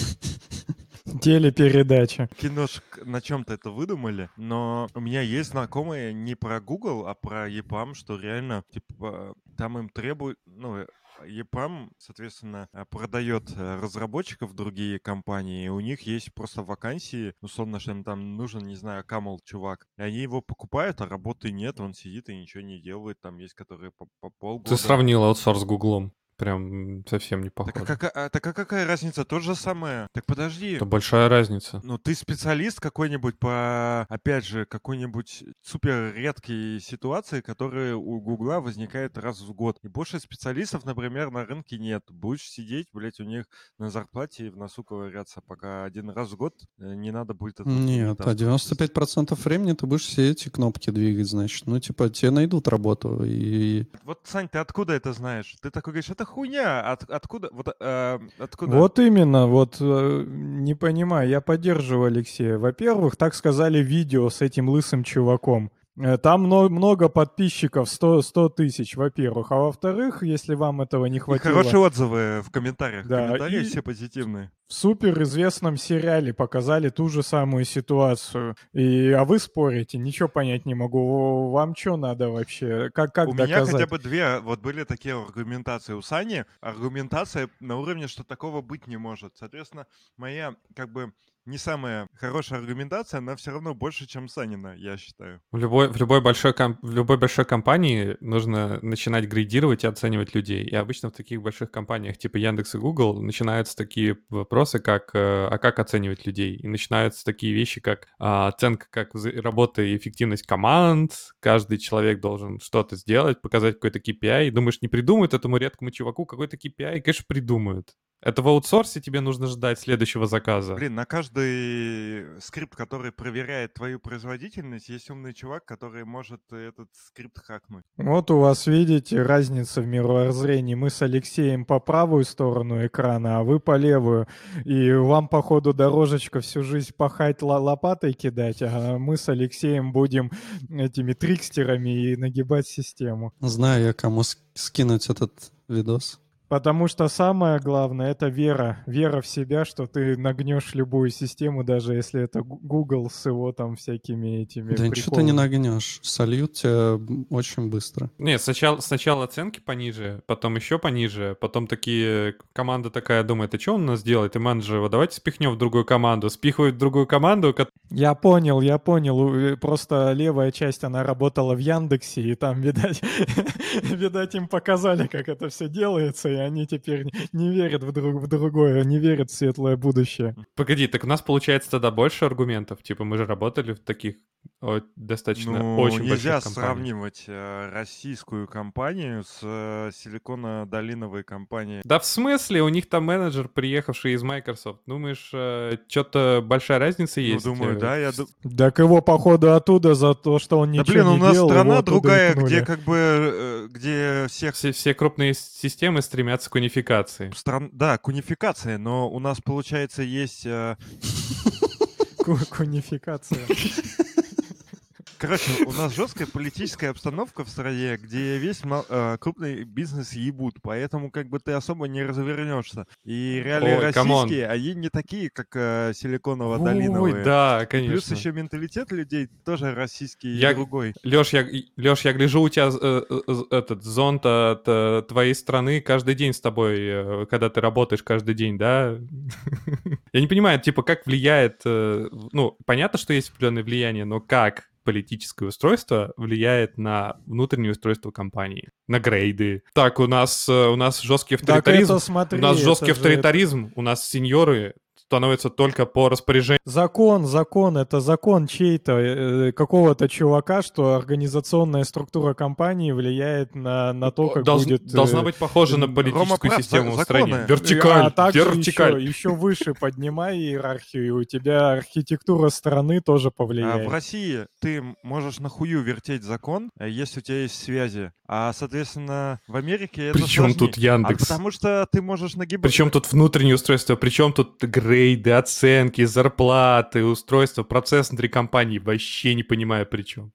Телепередача. Кино ж к- на чем-то это выдумали, но у меня есть знакомые не про Google, а про EPAM, что реально, типа, там им требуют, ну, э, EPAM, соответственно, э, продает э, разработчиков в другие компании, и у них есть просто вакансии, условно, что им там нужен, не знаю, камл чувак, и они его покупают, а работы нет, он сидит и ничего не делает, там есть, которые по, по Ты полгода. сравнил аутсорс с Гуглом. Прям совсем не Так а, похоже. кака- а- так а какая разница? То же самое. Так подожди. Это большая разница. Ну, ты специалист какой-нибудь по, опять же, какой-нибудь супер редкой ситуации, которая у Гугла возникает раз в год. И больше специалистов, например, на рынке нет. Будешь сидеть, блядь, у них на зарплате и в носу ковыряться, пока один раз в год э, не надо будет этот Нет, унитаз а девяносто пять процентов времени ты будешь все эти кнопки двигать, значит. Ну, типа, тебе найдут работу. И почистить. Вот, Сань, ты откуда это знаешь? Ты такой говоришь, это хуйня. От- откуда? Вот, э, откуда? Вот именно, вот э, не понимаю, я поддерживаю Алексея. Во-первых, так сказали видео с этим лысым чуваком. Э, Там мно- много подписчиков, сто, сто тысяч, во-первых. А во-вторых, если вам этого не И хватило... хорошие отзывы в комментариях. Да, Комментарии и- все позитивные. В суперизвестном сериале показали ту же самую ситуацию. И, а вы спорите, ничего понять не могу. Вам что надо вообще? Как, как У меня доказать? хотя бы две, вот были такие аргументации. У Сани аргументация на уровне, что такого быть не может. Соответственно, моя, как бы, не самая хорошая аргументация, она все равно больше, чем Санина, я считаю. В любой, в, любой большой ком- в любой большой компании нужно начинать градировать и оценивать людей. И обычно в таких больших компаниях типа Яндекс и Google начинаются такие вопросы, как э, «а как оценивать людей?» И начинаются такие вещи, как а, оценка как вза- работы и эффективность команд, каждый человек должен что-то сделать, показать какой-то кей пи ай. И думаешь, не придумают этому редкому чуваку какой-то кей пи ай? Конечно, придумают. Это в аутсорсе тебе нужно ждать следующего заказа. Блин, на каждый скрипт, который проверяет твою производительность, есть умный чувак, который может этот скрипт хакнуть. Вот у вас, видите, разница в мировоззрении. Мы с Алексеем по правую сторону экрана, а вы по левую. И вам, походу, дорожечка всю жизнь пахать ла- лопатой кидать, а мы с Алексеем будем этими трикстерами и нагибать систему. знаю я, кому с- скинуть этот видос. Потому что самое главное — это вера. Вера в себя, что ты нагнешь любую систему, даже если это Гу- Google с его там всякими этими Да ничего ты не приколами. нагнешь. Сольют тебя очень быстро. Нет, сначала, сначала оценки пониже, потом еще пониже, потом такие, команда такая думает, а что он у нас делает? И менеджер его, давайте спихнем в другую команду. Спихивают в другую команду, ко- Я понял, я понял. У- э, Просто левая часть, она работала в Яндексе, и там, видать, видать, им показали, как это все делается, и они теперь не- не верят в, друг, в другое, не верят в светлое будущее. Погоди, так у нас получается тогда больше аргументов. Типа мы же работали в таких о, достаточно Ну, очень нельзя больших компаниях. сравнивать э, российскую компанию с э, силиконо-долиновой компанией. Да в смысле? У них там менеджер, приехавший из Microsoft. Думаешь, что-то большая разница Ну, есть? думаю, э, да, я в- ду- Так его, походу, оттуда за то, что он Да ничего блин, у не нас делал, его страна оттуда и другая, пнули. где как бы, э, где всех Все, все крупные с- системы стремятся к унификации. стран... Да, к унификации, но у нас, получается, есть... э, Ку- Кунификация. Короче, у нас жесткая политическая обстановка в стране, где весь мал- э, крупный бизнес ебут, поэтому как бы ты особо не развернешься. И реалии Ой, камон. российские, они не такие, как э, Ой, силиконово-долиновые. да, И плюс конечно. еще менталитет людей тоже российский Я- и другой. Леш, я, Леш, я гляжу, у тебя э, э, этот зонт от э, твоей страны каждый день с тобой, э, когда ты работаешь каждый день, да? Я не понимаю, типа, как влияет... э, Ну, понятно, что есть определенное влияние, но как политическое устройство влияет на внутреннее устройство компании, на грейды. Так, у нас, э, у нас жесткий Так авторитаризм. это смотри, У нас это жесткий же- авторитаризм, у нас сеньоры становится только по распоряжению. Закон, закон, это закон чей-то, э, какого-то чувака, что организационная структура компании влияет на, на то, как Должн- будет... э, Должна быть похожа на Рома политическую прав, систему за- в стране. законы. Вертикаль, А также вертикаль. еще, еще выше поднимай иерархию, и у тебя архитектура страны тоже А повлияет. в России ты м- можешь нахую вертеть закон, э, если у тебя есть связи. А, соответственно, в Америке это Причем сложнее. тут Яндекс? А потому что ты можешь нагибать... Причем тут внутреннее устройство, причем тут грейды, оценки, зарплаты, устройства, процесс внутри компании. Вообще не понимаю, при чем.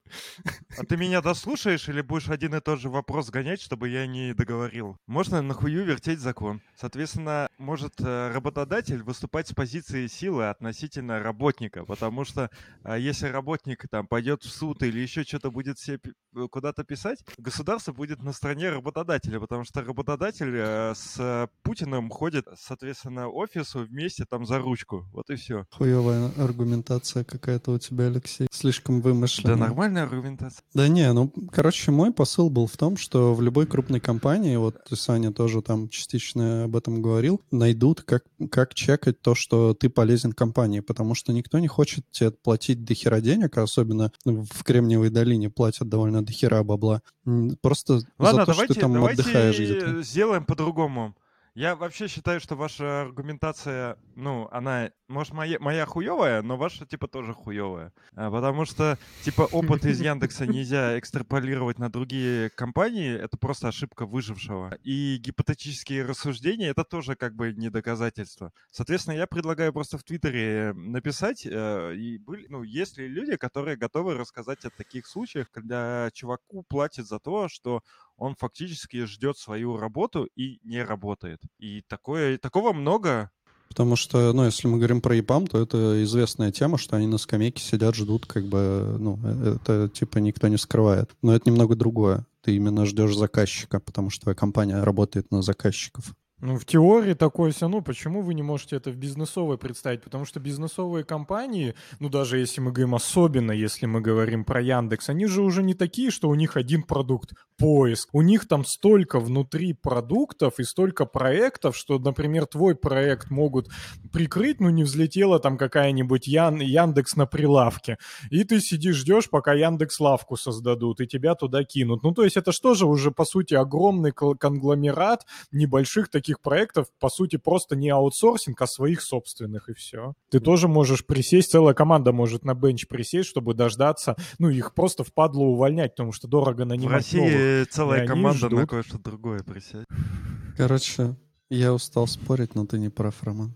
А ты меня дослушаешь или будешь один и тот же вопрос гонять, чтобы я не договорил? Можно нахую вертеть закон. Соответственно, может э, работодатель выступать с позиции силы относительно работника, потому что э, если работник там пойдет в суд или еще что-то будет себе пи- э, куда-то писать, государство будет на стороне работодателя, потому что работодатель э, с э, Путиным ходит, соответственно, офису вместе там за ручку. Вот и все. Хуевая аргументация какая-то у тебя, Алексей. Слишком Да, вымышленная. нормальная аргументация. Да не, ну, короче, мой посыл был в том, что в любой крупной компании, вот ты, Саня, тоже там частично об этом говорил, найдут, как, как чекать то, что ты полезен компании, потому что никто не хочет тебе платить дохера денег, а особенно в Кремниевой долине платят довольно дохера бабла. М, Просто Ладно, за то, что давайте, ты там отдыхаешь где-то. давайте сделаем по-другому. Я вообще считаю, что ваша аргументация, ну, она, может, моя, моя хуевая, но ваша, типа, тоже хуевая. А, Потому что, типа, опыт из Яндекса нельзя экстраполировать на другие компании, это просто ошибка выжившего. И гипотетические рассуждения — это тоже как бы не доказательство. Соответственно, я предлагаю просто в Твиттере написать, э, и были, ну, есть ли люди, которые готовы рассказать о таких случаях, когда чуваку платят за то, что он фактически ждет свою работу и не работает. И такое, такого много. Потому что, ну, если мы говорим про ИПАМ, то это известная тема, что они на скамейке сидят, ждут, как бы, ну, э- это, типа, никто не скрывает. Но это немного другое. Ты именно ждешь заказчика, потому что твоя компания работает на заказчиков. Ну, в теории такое все, ну, почему вы не можете это в бизнесовой представить? Потому что бизнесовые компании, ну, даже если мы говорим, особенно если мы говорим про Яндекс, они же уже не такие, что у них один продукт — поиск. У них там столько внутри продуктов и столько проектов, что, например, твой проект могут прикрыть, ну, не взлетела там какая-нибудь Ян... Яндекс на прилавке, и ты сидишь, ждешь, пока Яндекс лавку создадут, и тебя туда кинут. Ну, то есть это что же уже, по сути, огромный кол- конгломерат небольших таких проектов, по сути, просто не аутсорсинг, а своих собственных, и все. Ты тоже можешь присесть, целая команда может на бенч присесть, чтобы дождаться, ну, их просто впадло увольнять, потому что дорого В нанимать новых. России И целая они команда на ждут. кое-что другое присядет. Короче, я устал спорить, но ты не прав, Роман.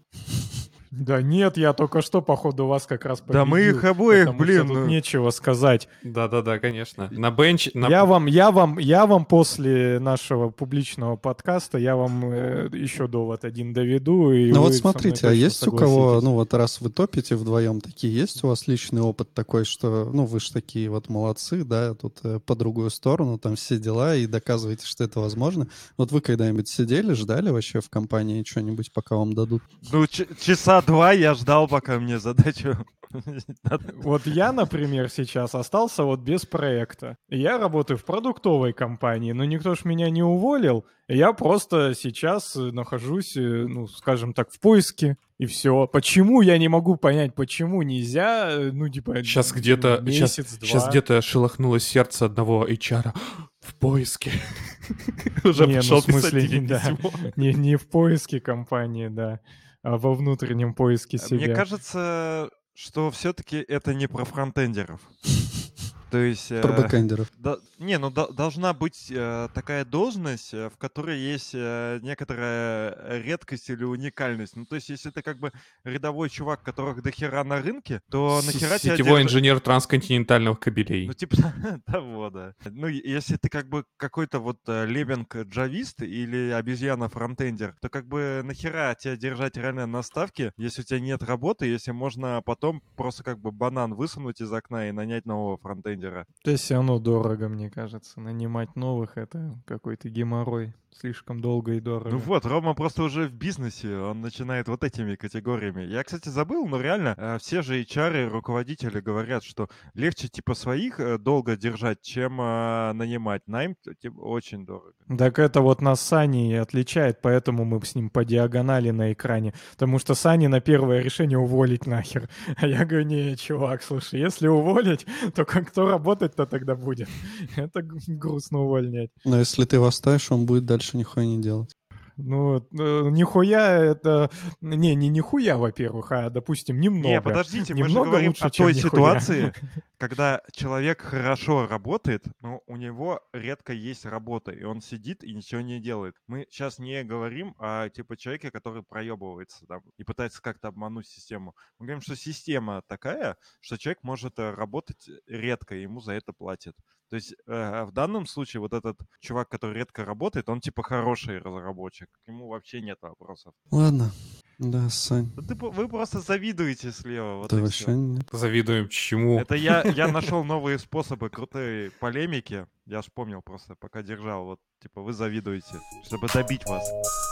Да нет, я только что, походу, вас как раз победил. Да мы их обоих, потому блин, что тут ну. нечего сказать. Да-да-да, конечно. На бенч... На... Я вам, я вам, я вам после нашего публичного подкаста, я вам э, еще довод один доведу. И Ну вы вот со мной смотрите, а точно есть у кого, согласитесь. ну вот раз вы топите вдвоем такие, есть у вас личный опыт такой, что, ну вы ж такие вот молодцы, да, тут э, по другую сторону, там все дела, и доказываете, что это возможно. Вот вы когда-нибудь сидели, ждали вообще в компании что-нибудь, пока вам дадут? Ну, ч- часа два я ждал, пока мне задачу... Вот я, например, сейчас остался вот без проекта. Я работаю в продуктовой компании, но никто ж меня не уволил. Я просто сейчас э, нахожусь, э, ну, скажем так, в поиске, и все. Почему, я не могу понять, почему нельзя, э, ну, типа, Сейчас где-то, сейчас, месяц-два. сейчас где-то шелохнулось сердце одного эйч ар в поиске. Уже Не, ну, пошел в смысле, писать тебе да. письмо. Не, не в поиске компании, да, а во внутреннем поиске себя. Мне кажется, что все-таки это не про фронтендеров. То есть... Про э, бэкэндеров. да- не, ну до- должна быть э, такая должность, э, в которой есть э, некоторая редкость или уникальность. Ну, то есть, если ты как бы рядовой чувак, которых дохера на рынке, то С- нахера тебя Сетевой держать- инженер трансконтинентальных кабелей. Ну, типа того, да. Ну, и- если ты как бы какой-то вот э, лебенг-джавист или обезьяна-фронтендер, то как бы нахера тебя держать реально на ставке, если у тебя нет работы, если можно потом просто как бы банан высунуть из окна и нанять нового фронтендера. фронтендера. То есть все равно дорого, мне кажется. Нанимать новых — это какой-то геморрой. Слишком долго и дорого. Ну вот, Рома просто уже в бизнесе, он начинает вот этими категориями. Я, кстати, забыл, но реально э, все же эйч ар и руководители говорят, что легче типа своих э, долго держать, чем э, нанимать. Найм типа, очень дорого. Так это вот нас Сани и отличает, поэтому мы с ним по диагонали на экране. Потому что Сани на первое решение уволить нахер. А я говорю, не, чувак, слушай, если уволить, то как кто работать-то тогда будет? Это г- грустно увольнять. Но если ты его оставишь, он будет дальше нихуя не делать. Ну, э, нихуя это... Не, не нихуя, во-первых, а, допустим, немного. Не, подождите, мы же Немного говорим лучше, о чем той нихуя. ситуации, когда человек хорошо работает, но у него редко есть работа, и он сидит и ничего не делает. Мы сейчас не говорим о типа человеке, который проебывается там и пытается как-то обмануть систему. Мы говорим, что система такая, что человек может э, работать редко, и ему за это платят. То есть э, в данном случае вот этот чувак, который редко работает, он типа хороший разработчик. К нему вообще нет вопросов. Ладно. Да, Сань. Да ты по- вы просто завидуете слева. Вот Да и вообще всё. нет. Завидуем чему? Это я, я нашел новые способы крутой полемики. Я ж помнил просто, пока держал. Вот, типа, вы завидуете, чтобы добить вас.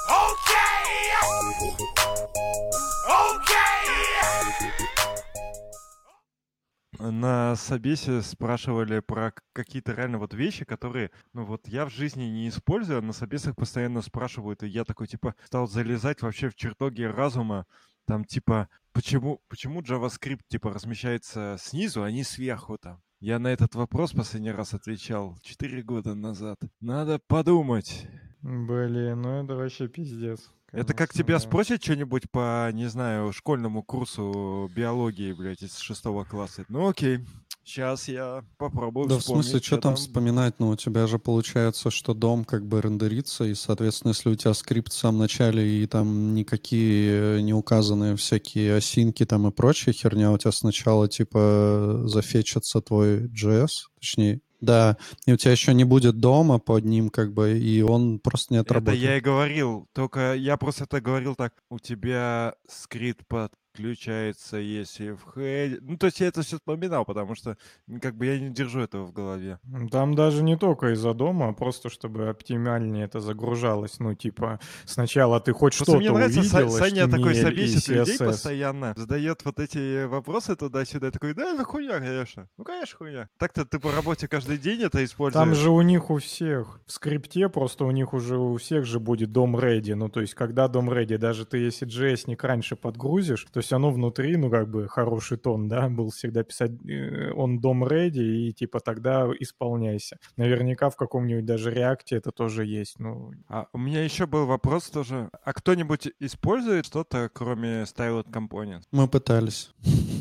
На собесе спрашивали про к- какие-то реально вот вещи, которые, ну вот я в жизни не использую, а на собесах постоянно спрашивают, и я такой, типа, стал залезать вообще в чертоги разума, там, типа, почему, почему JavaScript, типа, размещается снизу, а не сверху там? Я на этот вопрос последний раз отвечал четыре года назад. Надо подумать. Блин, ну это вообще пиздец. Это как конечно, тебя да. спросят что-нибудь по, не знаю, школьному курсу биологии, блядь, из шестого класса. Ну окей, сейчас я попробую Да, в вспомнить, смысле, что там было. вспоминать? Ну, у тебя же получается, что дом как бы рендерится, и, соответственно, если у тебя скрипт в самом начале, и там никакие э, не указаны всякие осинки там и прочая херня, у тебя сначала, типа, зафечится твой джей эс, точнее, да, и у тебя еще не будет дома под ним, как бы, и он просто не Это отработает. я и говорил, только я просто это говорил так, у тебя скрипт подключается, если в хеде... Ну, то есть я это все вспоминал, потому что м, как бы я не держу этого в голове. М, Там даже не только из-за дома, а просто чтобы оптимальнее это загружалось. Ну, типа, сначала ты хоть Просто мне что-то нравится, Са- увидел, Саня такой эйч ти эм эль и собесит людей си эс эс. постоянно, задает вот эти вопросы туда-сюда, я такой, да, это хуйня, конечно. Ну, конечно, хуйня. Так-то ты по работе каждый день это Там используешь. же у них у всех в скрипте просто у них уже у всех же будет дом ready. Ну, то есть, когда дом ready, даже ты если джей эс-ник раньше подгрузишь, то есть оно внутри, ну, как бы хороший тон, да, был всегда писать э, он дом ready, и типа тогда исполняйся. Наверняка в каком-нибудь даже реакте это тоже есть. Ну, А у меня еще был вопрос тоже. А кто-нибудь использует что-то, кроме Styled Components? Мы пытались.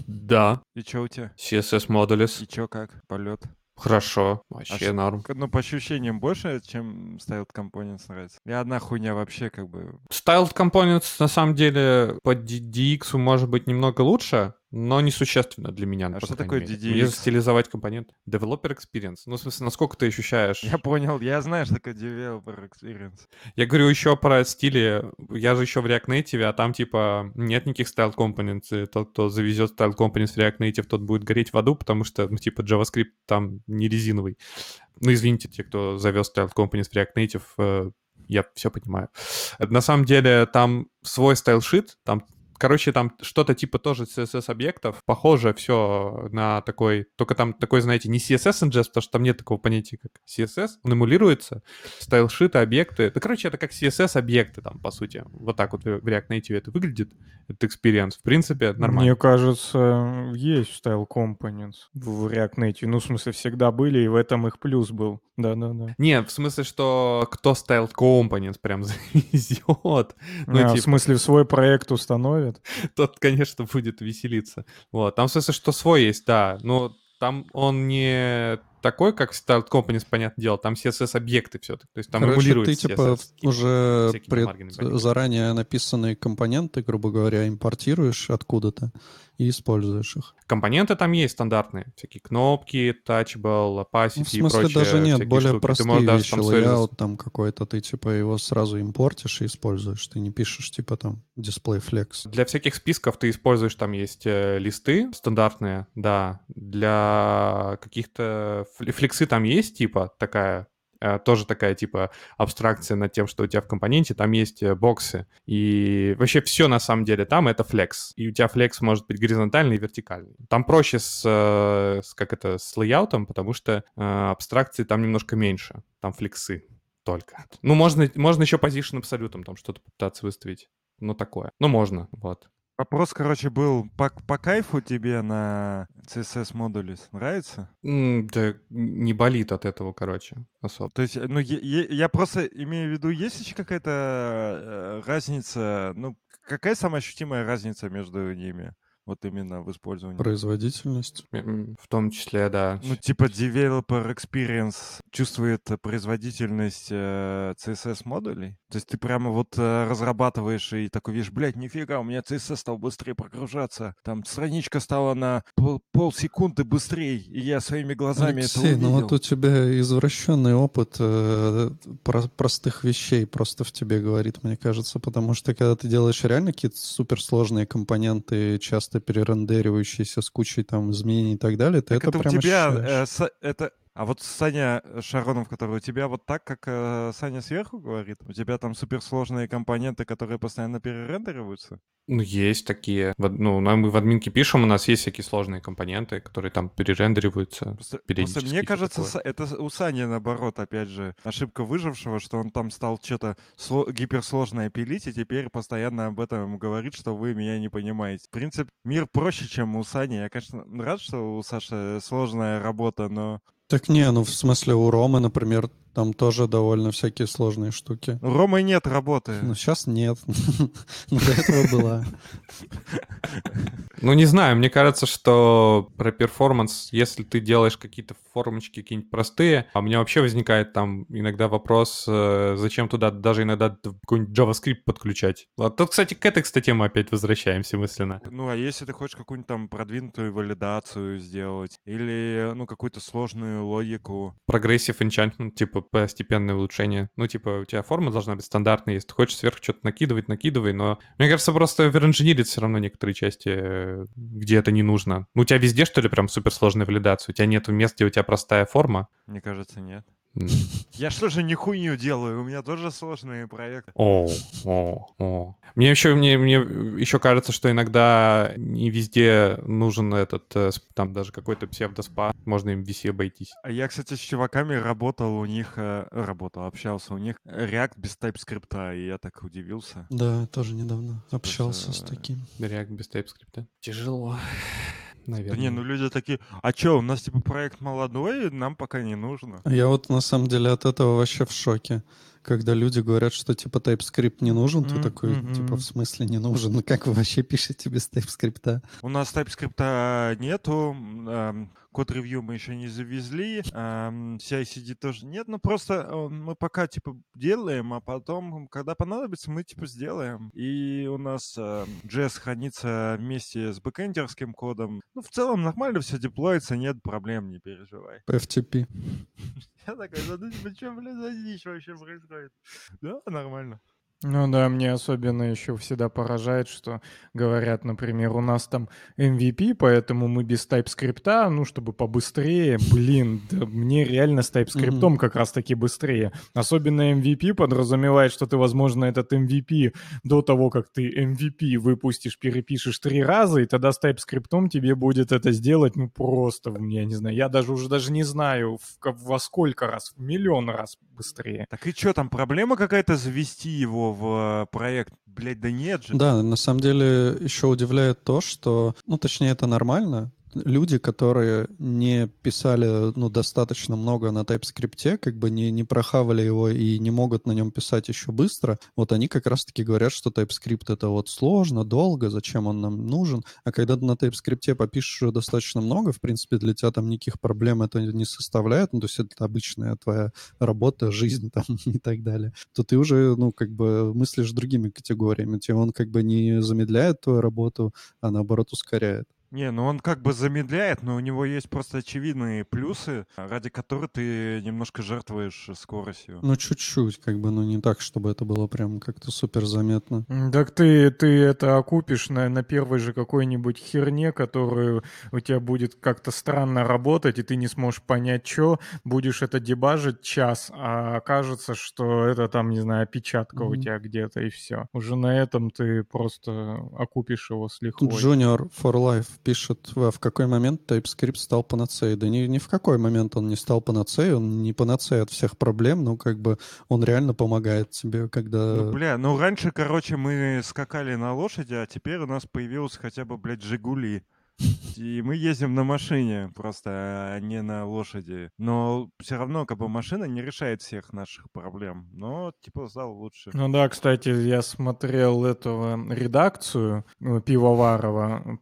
Да. И что у тебя? си эс эс Modules. И что как? Полет? Хорошо. А Вообще ш- норм. к- Ну, по ощущениям больше, чем Styled Components нравится. И одна хуйня вообще как бы... Styled Components на самом деле по ди ди экс может быть немного лучше, но несущественно для меня. А по что крайней такое мере. ди ди Мне экс? застилизовать компонент. Developer Experience. Ну, в смысле, насколько ты ощущаешь... Я понял, я знаю, что такое Developer Experience. Я говорю еще про стили. Я же еще в React Native, а там типа нет никаких style components. И тот, кто завезет style components в React Native, тот будет гореть в аду, потому что, ну, типа, JavaScript там не резиновый. Ну, извините, те, кто завез style components в React Native, э, я все понимаю. На самом деле там свой стайл-шит, там короче, там что-то типа тоже си эс эс-объектов. Похоже все на такой... Только там такой, знаете, не си эс эс ingest, потому что там нет такого понятия, как си эс эс. Он эмулируется. Стайлшиты, объекты. Да, короче, это как си эс эс-объекты там, по сути. Вот так вот в React Native это выглядит. Это experience. В принципе, нормально. Мне кажется, есть Style Components в React Native. Ну, в смысле, всегда были, и в этом их плюс был. Да-да-да. Не, в смысле, что кто Style Components прям завезет. Ну, а, типа, В смысле, в свой проект установит? тот, конечно, будет веселиться. Вот. Там, в смысле, что свой есть, да. Но там он не такой, как Start Companies, понятное дело, там си эс эс-объекты все-таки. То есть там Короче, эмулируется ты типа си эс эс. уже всякими пред маргинами, понятно. заранее написанные компоненты, грубо говоря, импортируешь откуда-то и используешь их. Компоненты там есть стандартные. Всякие кнопки, touchable, opacity Ну, в и смысле, прочее. даже нет, всякие более штуки. Ты простые можешь даже вещи, там свои layout там какой-то, ты типа его сразу импортишь и используешь. Ты не пишешь типа там display flex. Для всяких списков ты используешь, там есть э, листы стандартные, да. Для каких-то фли- флексы там есть, типа, такая, э, тоже такая, типа, абстракция над тем, что у тебя в компоненте, там есть э, боксы. И вообще все на самом деле там это флекс. И у тебя флекс может быть горизонтальный и вертикальный. Там проще с, э, с как это, с лейаутом, потому что э, абстракции там немножко меньше. Там флексы только. Ну, можно, можно еще position абсолютом там что-то попытаться выставить. Ну, такое. Ну, можно, вот. Вопрос, короче, был, по, по кайфу тебе на си эс эс-модуле нравится? М, Да не болит от этого, короче, особо. То есть, ну, я, я- я просто имею в виду, есть еще какая-то э, разница, ну, какая самая ощутимая разница между ними? Вот именно в использовании. Производительность. М, В том числе, да. Ну, типа developer experience чувствует э, производительность э, си эс эс-модулей? То есть ты прямо вот э, разрабатываешь и такой видишь, блядь, нифига, у меня си эс эс стал быстрее прогружаться. Там страничка стала на пол- полсекунды быстрее, и я своими глазами это Алексей, ну вот увидел. у тебя извращенный опыт э, про- простых вещей просто в тебе говорит, мне кажется, потому что когда ты делаешь реально какие-то суперсложные компоненты, часто перерендеривающиеся с кучей там изменений и так далее, ты Так это, это у прям тебя, ощущаешь. э, Са- это... А вот Саня Шаронов, который у тебя вот так, как э, Саня сверху говорит? У тебя там суперсложные компоненты, которые постоянно перерендериваются? Ну, есть такие. В од- Ну, на- мы в админке пишем, у нас есть всякие сложные компоненты, которые там перерендериваются Просто, просто периодически. мне и всё кажется, такое. Са- это у Сани наоборот, опять же, ошибка выжившего, что он там стал что-то гиперсложное пилить, и теперь постоянно об этом говорит, что вы меня не понимаете. В принципе, мир проще, чем у Сани. Я, конечно, рад, что у Саши сложная работа, но Так не, ну в смысле у Ромы, например, там тоже довольно всякие сложные штуки. у Ромы нет работы. Ну сейчас нет, но до этого была. Ну, не знаю, мне кажется, что про перформанс, если ты делаешь какие-то формочки, какие-нибудь простые, а у меня вообще возникает там иногда вопрос, э, зачем туда даже иногда какой-нибудь JavaScript подключать. Вот тут, кстати, к этой, кстати, мы опять возвращаемся мысленно. Ну, а если ты хочешь какую-нибудь там продвинутую валидацию сделать, или, ну, какую-то сложную логику, Progressive enchantment, типа постепенное улучшение. Ну, типа, у тебя форма должна быть стандартной, если ты хочешь сверху что-то накидывать, накидывай, но мне кажется, просто оверинжинирить все равно некоторые части, э, где это не нужно. Ну, у тебя везде, что ли, прям суперсложная валидация? У тебя нет мест, где у тебя простая форма? мне кажется, нет. М. Я что же не хуйню делаю? У меня тоже сложные проекты. О, о, о. Мне еще, мне, мне еще кажется, что иногда не везде нужен этот, э, сп- там даже какой-то псевдоспа, можно им ви си обойтись. А я, кстати, с чуваками работал у них, э, работал, общался у них React без TypeScript, и я так удивился. Да, тоже недавно Что общался с за- таким. React без TypeScript. Тяжело, Да наверное. не, ну люди такие, а чё, у нас типа проект молодой, нам пока не нужно. Я вот на самом деле от этого вообще в шоке. Когда люди говорят, что типа TypeScript не нужен, ты М, такой, мгм. типа, в смысле не нужен? Ну как вы вообще пишете без TypeScript? У нас TypeScript нету, эм, код-ревью мы еще не завезли, эм, си ай си ди тоже нет, ну просто э, мы пока типа делаем, а потом, когда понадобится, мы типа сделаем. И у нас э, джей эс хранится вместе с бэкэндерским кодом. Ну, в целом нормально все деплоится, нет проблем, не переживай. пи эф ти пи. Я такой, да ну типа, что, блин, за дичь вообще происходит? Да, нормально. Ну да, мне особенно еще всегда поражает, что говорят, например, у нас там эм ви пи, поэтому мы без TypeScript, ну, чтобы побыстрее. Блин, да мне реально с TypeScript Мгм. как раз-таки быстрее. Особенно эм ви пи подразумевает, что ты, возможно, этот эм ви пи до того, как ты эм ви пи выпустишь, перепишешь три раза, и тогда с TypeScript тебе будет это сделать, ну, просто, я не знаю, я даже уже даже не знаю, в ко- во сколько раз, в миллион раз быстрее. Так и что, там проблема какая-то завести его в э, проект? Блять, да нет же. Да, на самом деле еще удивляет то, что, ну, точнее, это нормально, люди, которые не писали, ну, достаточно много на TypeScript, как бы не, не прохавали его и не могут на нем писать еще быстро, вот они как раз-таки говорят, что TypeScript — это вот сложно, долго, зачем он нам нужен. А когда ты на TypeScript попишешь уже достаточно много, в принципе, для тебя там никаких проблем это не составляет, ну, то есть это обычная твоя работа, жизнь там и так далее, то ты уже, ну, как бы мыслишь другими категориями. Тебе он как бы не замедляет твою работу, а наоборот ускоряет. Не, ну он как бы замедляет, но у него есть просто очевидные плюсы, ради которых ты немножко жертвуешь скоростью. Ну, чуть-чуть, как бы, ну, не так, чтобы это было прям как-то супер заметно. М, Так ты, ты это окупишь на, на первой же какой-нибудь херне, которую у тебя будет как-то странно работать, и ты не сможешь понять, что, будешь это дебажить час, а окажется, что это там, не знаю, опечатка у Мгм. тебя где-то, и все. Уже на этом ты просто окупишь его с Тут лихвой. Junior for Life пишет, в в какой момент TypeScript стал панацеей. Да ни, ни в какой момент он не стал панацеей, он не панацея от всех проблем, но как бы он реально помогает тебе, Ну, когда... бля, ну раньше, короче, мы скакали на лошади, а теперь у нас появилось хотя бы, блядь, «Жигули». И мы ездим на машине просто, а не на лошади. Но все равно, как бы, машина не решает всех наших проблем. Но, типа, стало лучше. Ну да, кстати, я смотрел эту редакцию ну, Пивоварова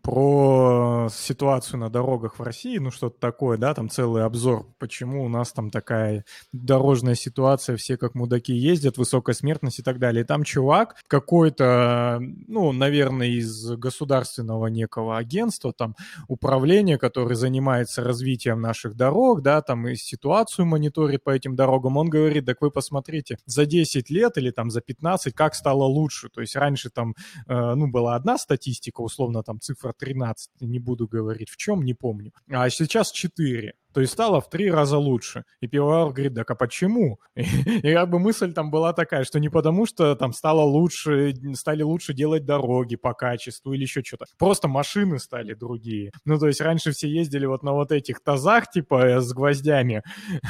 про ситуацию на дорогах в России, ну что-то такое, да, там целый обзор, почему у нас там такая дорожная ситуация, все как мудаки ездят, высокая смертность и так далее. И там чувак какой-то, ну, наверное, из государственного некого агентства, там, управления, который занимается развитием наших дорог, да, там и ситуацию мониторит по этим дорогам, он говорит, так вы посмотрите, за десять лет или там за пятнадцать, как стало лучше. То есть раньше там, э, ну, была одна статистика, условно там цифра тринадцать, не буду говорить в чем, не помню, а сейчас четыре. То есть стало в три раза лучше. И Пивоваров говорит, так а почему? И, и как бы мысль там была такая, что не потому, что там стало лучше, стали лучше делать дороги по качеству или еще что-то. Просто машины стали другие. Ну, то есть раньше все ездили вот на вот этих тазах, типа, с гвоздями,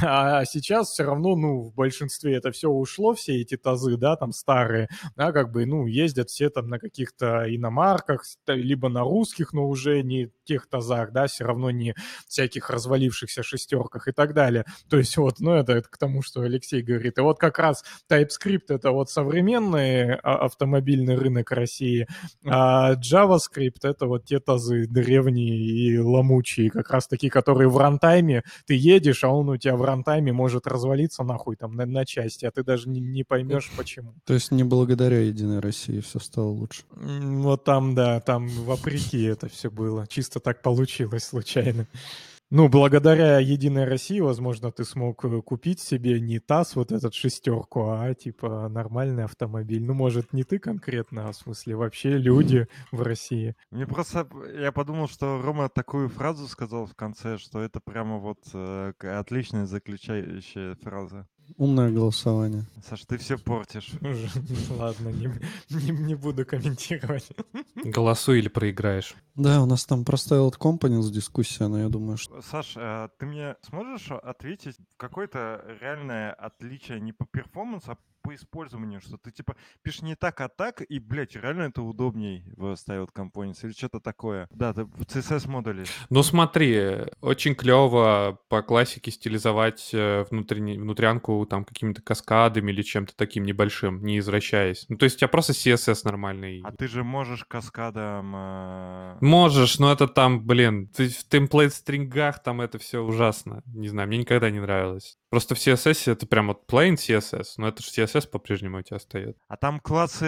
а сейчас все равно, ну, в большинстве это все ушло, все эти тазы, да, там старые, да, как бы, ну, ездят все там на каких-то иномарках, либо на русских, но уже не тех тазах, да, все равно не всяких развалившихся шестерках и так далее. То есть вот, ну, это, это к тому, что Алексей говорит. И вот как раз TypeScript — это вот современный а, автомобильный рынок России, а JavaScript — это вот те тазы древние и ломучие, как раз такие, которые в рантайме ты едешь, а он у тебя в рантайме может развалиться нахуй там на, на части, а ты даже не, не поймешь почему. То есть не благодаря Единой России все стало лучше. М, Вот там, да, там вопреки это все было. Чисто так получилось случайно. Ну, благодаря Единой России, возможно, ты смог э, купить себе не ТАСС, вот этот шестерку, а типа нормальный автомобиль. Ну, может, не ты конкретно, а в смысле вообще люди в России. Мне просто, я подумал, что Рома такую фразу сказал в конце, что это прямо вот э, к- отличная заключающая фраза. Умное голосование. Саш, ты все портишь. Уже, Ладно, не, не, не буду комментировать. Голосуй или проиграешь. Да, у нас там про Styled Components дискуссия, но я думаю, что... Саш, э, ты мне сможешь ответить какое-то реальное отличие не по перформансу, а по использованию, что ты типа пишешь не так, а так, и, блядь, реально это удобней в Styled Components или что-то такое? Да, ты в си эс эс-модуле. Ну смотри, очень клево по классике стилизовать э, внутренне- внутрянку там какими-то каскадами или чем-то таким небольшим, не извращаясь. Ну то есть у тебя просто си эс эс нормальный. А ты же можешь каскадом... э, Можешь, но это там, блин, ты в темплейт-стрингах там это все ужасно. Не знаю, мне никогда не нравилось. Просто в си эс эс это прям вот plain си эс эс, но это же си эс эс по-прежнему у тебя остается. А там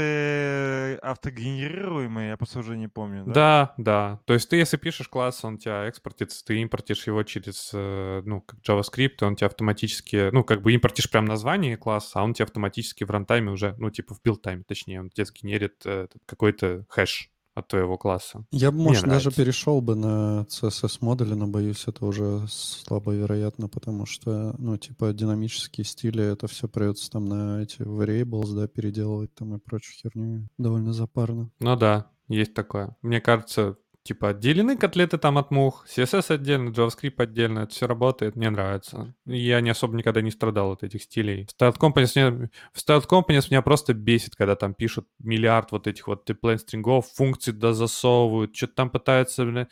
классы автогенерируемые, я просто уже не помню, да? Да, да. То есть ты, если пишешь класс, он у тебя экспортится, ты импортишь его через, э, ну, как JavaScript, и он тебя автоматически, ну, как бы импортишь прям название класса, а он тебе автоматически в рантайме уже, ну, типа в билд-тайме, точнее, он тебе сгенерит э, этот какой-то хэш от твоего класса. Я бы, Мне может, даже нравится. перешел бы на си эс эс-модули, но, боюсь, это уже слабо вероятно, потому что, ну, типа, динамические стили, это все придется там на эти variables, да, переделывать там и прочую херню. Довольно запарно. Ну да, есть такое. Мне кажется, типа отделены котлеты там от мух, си эс эс отдельно, JavaScript отдельно, это все работает, мне нравится. Я не особо никогда не страдал от этих стилей. В Styled Components, мне- в Styled Components меня просто бесит, когда там пишут миллиард вот этих вот template стрингов, функции дозасовывают, что-то там пытаются, бля,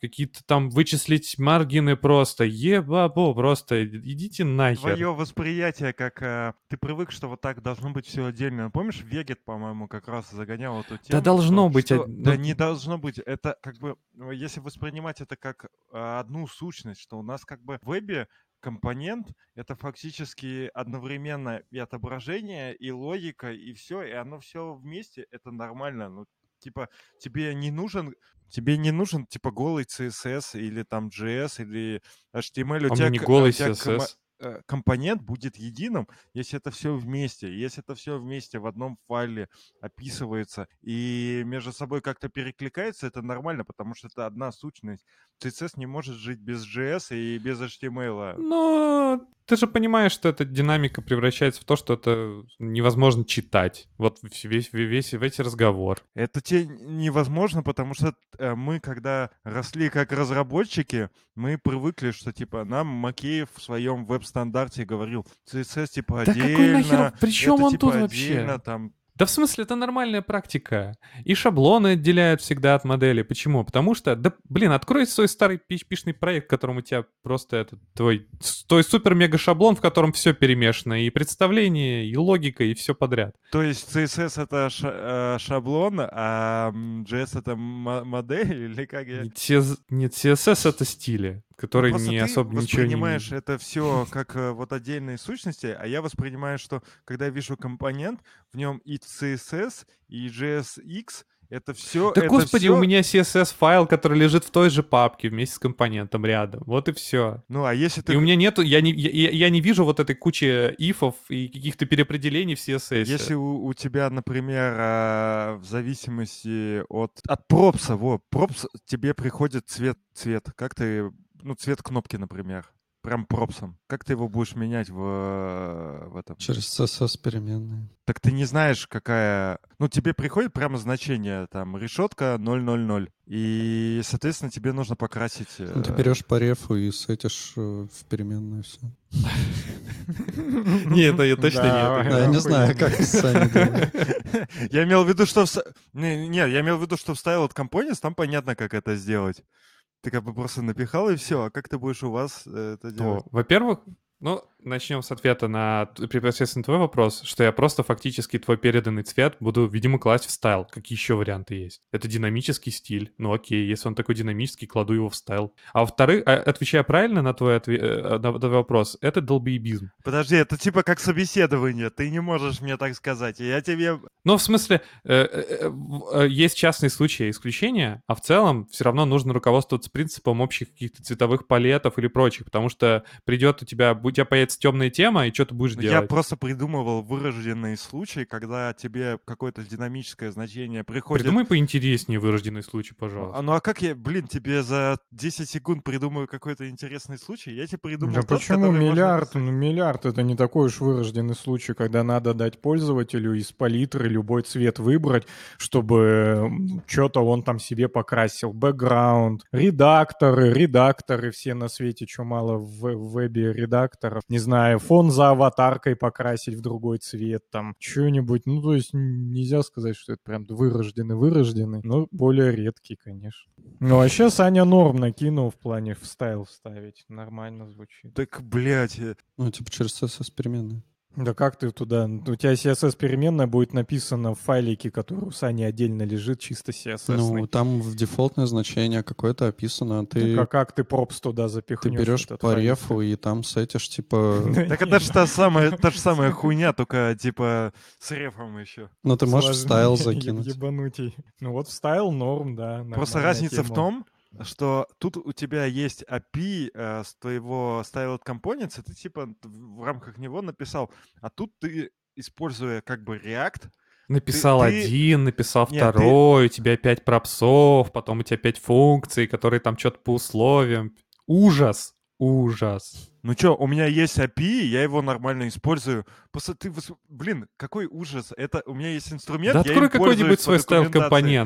какие-то там вычислить маргины просто, ебабо, просто идите нахер. Твое восприятие, как э, ты привык, что вот так должно быть все отдельно. Помнишь, Вегет, по-моему, как раз загонял эту тему? Да должно что, быть... что- од- Да ну, не должно быть. Это как бы, ну, если воспринимать это как э, одну сущность, что у нас как бы в вебе компонент — это фактически одновременно и отображение, и логика, и все, и оно все вместе, это нормально. Ну, типа, тебе не нужен, тебе не нужен, типа, голый си эс эс или там джей эс или эйч ти эм эль. У А у тебя, меня не к- голый у тебя си эс кома- эс. э, компонент будет единым, если это все вместе. Если это все вместе в одном файле описывается и между собой как-то перекликается, это нормально, потому что это одна сущность. си эс эс не может жить без джей эс и без эйч ти эм эль. Но ты же понимаешь, что эта динамика превращается в то, что это невозможно читать. Вот весь, весь, весь, весь разговор. Это те невозможно, потому что э, мы, когда росли как разработчики, мы привыкли, что типа нам Макеев в своем веб-стандарте говорил, си эс эс типа Да отдельно, какой нахер? При чем это он типа тут отдельно, вообще? там. Да в смысле, это нормальная практика. И шаблоны отделяют всегда от модели. Почему? Потому что, да, блин, открой свой старый пи эйч пи-шный проект, в котором у тебя просто этот твой, с- твой супер-мега-шаблон, в котором все перемешано, и представление, и логика, и все подряд. То есть си эс эс это ша- э, шаблон, а м, джей эс это м- модель, или как я... Нет, си эс нет, си эс эс — это стили, Ну, которые просто не ты особо ничего не... воспринимаешь это все как э, вот отдельные сущности, а я воспринимаю, что когда я вижу компонент, в нем и си эс эс, и джей эс икс, это все, Да это господи, у все. меня си эс эс-файл, который лежит в той же папке вместе с компонентом рядом. Вот и все. Ну, а если ты... И у меня нету, я не, я, я- я не вижу вот этой кучи ифов и каких-то переопределений в си эс эс. Если у, у тебя, например, а, в зависимости от, от пропса, вот, пропс, тебе приходит цвет, цвет, как ты, ну, цвет кнопки, например, прям пропсом. Как ты его будешь менять в, э, в этом? Через си эс эс переменные. Так ты не знаешь, какая... Ну, тебе приходит прямо значение, там, решетка ноль ноль ноль. И, соответственно, тебе нужно покрасить... Ну, ты э, берешь по рефу и сетишь э, в переменную все. Нет, это я точно Да, нет. Да, я не знаю, охуенно. как сами делают. Я имел в виду, что... в с- Не, не, я имел в виду, что в Styled Components там понятно, как это сделать. Ты как бы просто напихал и все. А как ты будешь у вас э, это делать? То, во-первых, ну, начнем с ответа на т- непосредственно твой вопрос, что я просто фактически твой переданный цвет буду, видимо, класть в стайл. Какие еще варианты есть? Это динамический стиль. Ну окей, если он такой динамический, кладу его в стайл. А во-вторых, а, отвечая правильно на твой, отве- э, на твой вопрос, это долбоебизм. Подожди, это типа как собеседование. Ты не можешь мне так сказать. И я тебе... Ну, в смысле, э, э, э, в- э, есть частные случаи исключения, а в целом все равно нужно руководствоваться принципом общих каких-то цветовых палетов или прочих, потому что придет у тебя, у тебя появится темная тема, и что ты будешь Ну, Я делать? просто придумывал вырожденные случаи, когда тебе какое-то динамическое значение приходит... Придумай поинтереснее вырожденный случай, пожалуйста. А, ну а как я, блин, тебе за десять секунд придумаю какой-то интересный случай? Я тебе придумал Да тот, почему который можно миллиард? написать. Ну, миллиард — это не такой уж вырожденный случай, когда надо дать пользователю из палитры любой цвет выбрать, чтобы что-то он там себе покрасил. Бэкграунд, редакторы, редакторы все на свете, что мало в, в вебе редакторов. Не знаю, фон за аватаркой покрасить в другой цвет, там, что-нибудь. Ну, то есть н- нельзя сказать, что это прям вырожденный-вырожденный, но более редкий, конечно. Ну, а сейчас Аня норм накинул в плане в стайл вставить. Нормально звучит. Так, блядь, э, Ну, типа через си эс эс переменные. Да как ты туда? У тебя си эс эс-переменная будет написана в файлике, который у Сани отдельно лежит, чисто си эс эс. Ну, там в дефолтное значение какое-то описано, а ты, а как ты пропс туда ты запихнешь? берешь этот по файлик? рефу и там сетишь, типа... так это же та самая, та же самая хуйня, только типа с рефом еще. Ну, ты можешь в Сложнее, стайл закинуть. ебанутей. Ну вот в стайл норм, да. Просто нормальная разница в тема. том, что тут у тебя есть эй пи ай э, с твоего Styled Components, и ты типа в в рамках него написал, а тут ты, используя как бы React, Написал ты- один, написал Нет, ты- второй, у тебя пять пропсов, потом у тебя пять функций, которые там что-то по условиям. Ужас, ужас. ну чё, у меня есть эй пи ай, я его нормально использую. Просто ты, вос- блин, какой ужас. Это у меня есть инструмент, Да я им открой пользуюсь какой-нибудь по свой стайл документации. компонент.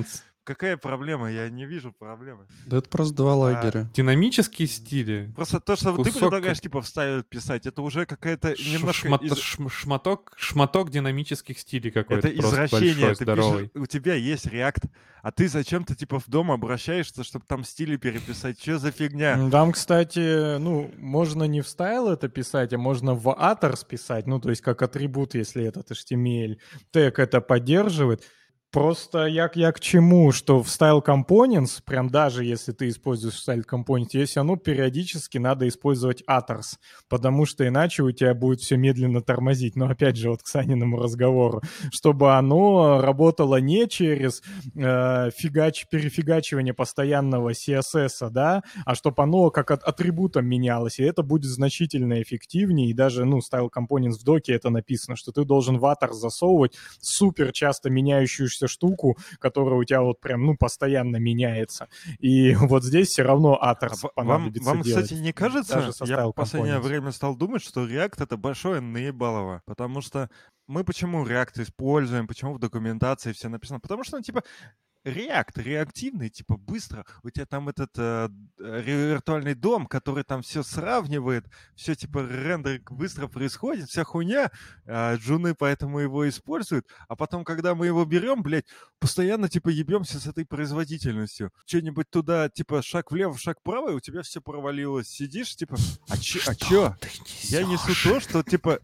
какая проблема? Я не вижу проблемы. Да это просто два А, лагеря. Динамические стили. Просто то, что вот ты Кусок предлагаешь, типа, вставить, писать, это уже какая-то ш- немножко... шмат- из- шм- шматок, шматок динамических стилей какой-то. Это просто извращение. большой, Ты здоровый. пишешь, у тебя есть React, а ты зачем-то, типа, в дом обращаешься, чтобы там стили переписать. Что за фигня? М, Там, кстати, ну, можно не в стайл это писать, а можно в Attrs писать, ну, то есть как атрибут, если этот эйч ти эм эль тег это поддерживает. Просто я, я к чему, что в Style Components, прям даже если ты используешь Style Components, ей все равно периодически надо использовать Attrs, потому что иначе у тебя будет все медленно тормозить. Но опять же, вот к Саниному разговору, чтобы оно работало не через э, фигач, перефигачивание постоянного си эс эс, да, а чтобы оно как от, атрибутом менялось, и это будет значительно эффективнее, и даже, ну, Style Components в доке это написано, что ты должен в Attrs засовывать супер часто меняющуюся штуку, которая у тебя вот прям, ну, постоянно меняется. И вот здесь все равно А Attrs ва- вам, понадобится вам, делать. кстати, не кажется, Даже со я Style в последнее Components. время стал думать, что React — это большое наебалово, потому что мы почему React используем, почему в документации все написано? Потому что, ну, типа, React, реактивный, типа, быстро. У тебя там этот э, э, виртуальный дом, который там все сравнивает, все, типа, рендер быстро происходит, вся хуйня, а джуны поэтому его используют, а потом, когда мы его берем, блядь, постоянно, типа, ебемся с этой производительностью. Что-нибудь туда, типа, шаг влево, шаг вправо, и у тебя все провалилось. Сидишь, типа, а чё? А чё? Я несу то, что, типа,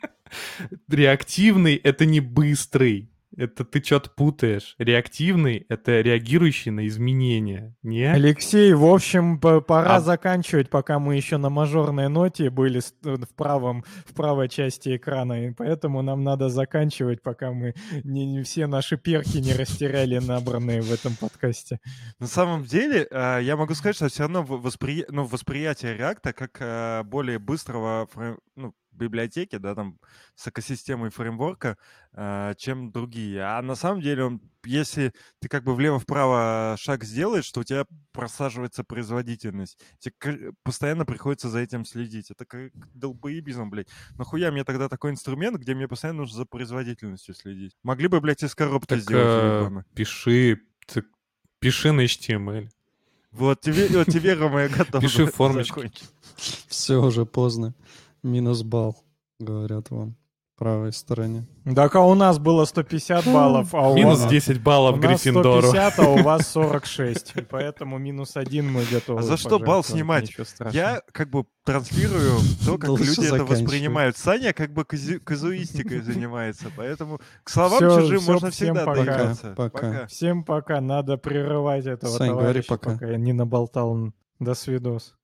Реактивный — это не быстрый. Это ты что-то путаешь. Реактивный — это реагирующий на изменения. Не? Алексей, в общем, п- пора А- заканчивать, пока мы еще на мажорной ноте были с- э, в, правом, в правой части экрана, и поэтому нам надо заканчивать, пока мы не, не все наши перки не растеряли, набранные в этом подкасте. на самом деле, а, я могу сказать, что все равно в- воспри... ну, восприятие React как а, более быстрого фрейм- ну, библиотеки, да, там, с экосистемой фреймворка, а, чем другие. А на самом деле, он, если ты как бы влево-вправо шаг сделаешь, то у тебя просаживается производительность. Тебе к- постоянно приходится за этим следить. Это как долбоебизм, блядь. Нахуя мне тогда такой инструмент, где мне постоянно нужно за производительностью следить? Могли бы, блядь, из коробки Так сделать э, заебано. пиши, ц- пиши на эйч ти эм эль. Вот тебе, вот тебе, Рома, я готов Пиши за- формочки. закончить. Все уже поздно. Минус балл, говорят вам. В правой стороне. Так, а у нас было сто пятьдесят баллов, а у Минус вас... десять баллов У нас Гриффиндору. сто пятьдесят, а у вас сорок шесть. И поэтому минус один мы готовы А за что балл пожертвовать, снимать? ничего страшного. Я как бы транслирую то, как Лучше люди это заканчивай. воспринимают. Саня как бы казу- казуистикой занимается, поэтому к словам Всё, чужим всё, можно всем всегда пока. доебаться. Пока. Всем пока, надо прерывать этого Сань, говори товарища, пока. пока я не наболтал. До свидос.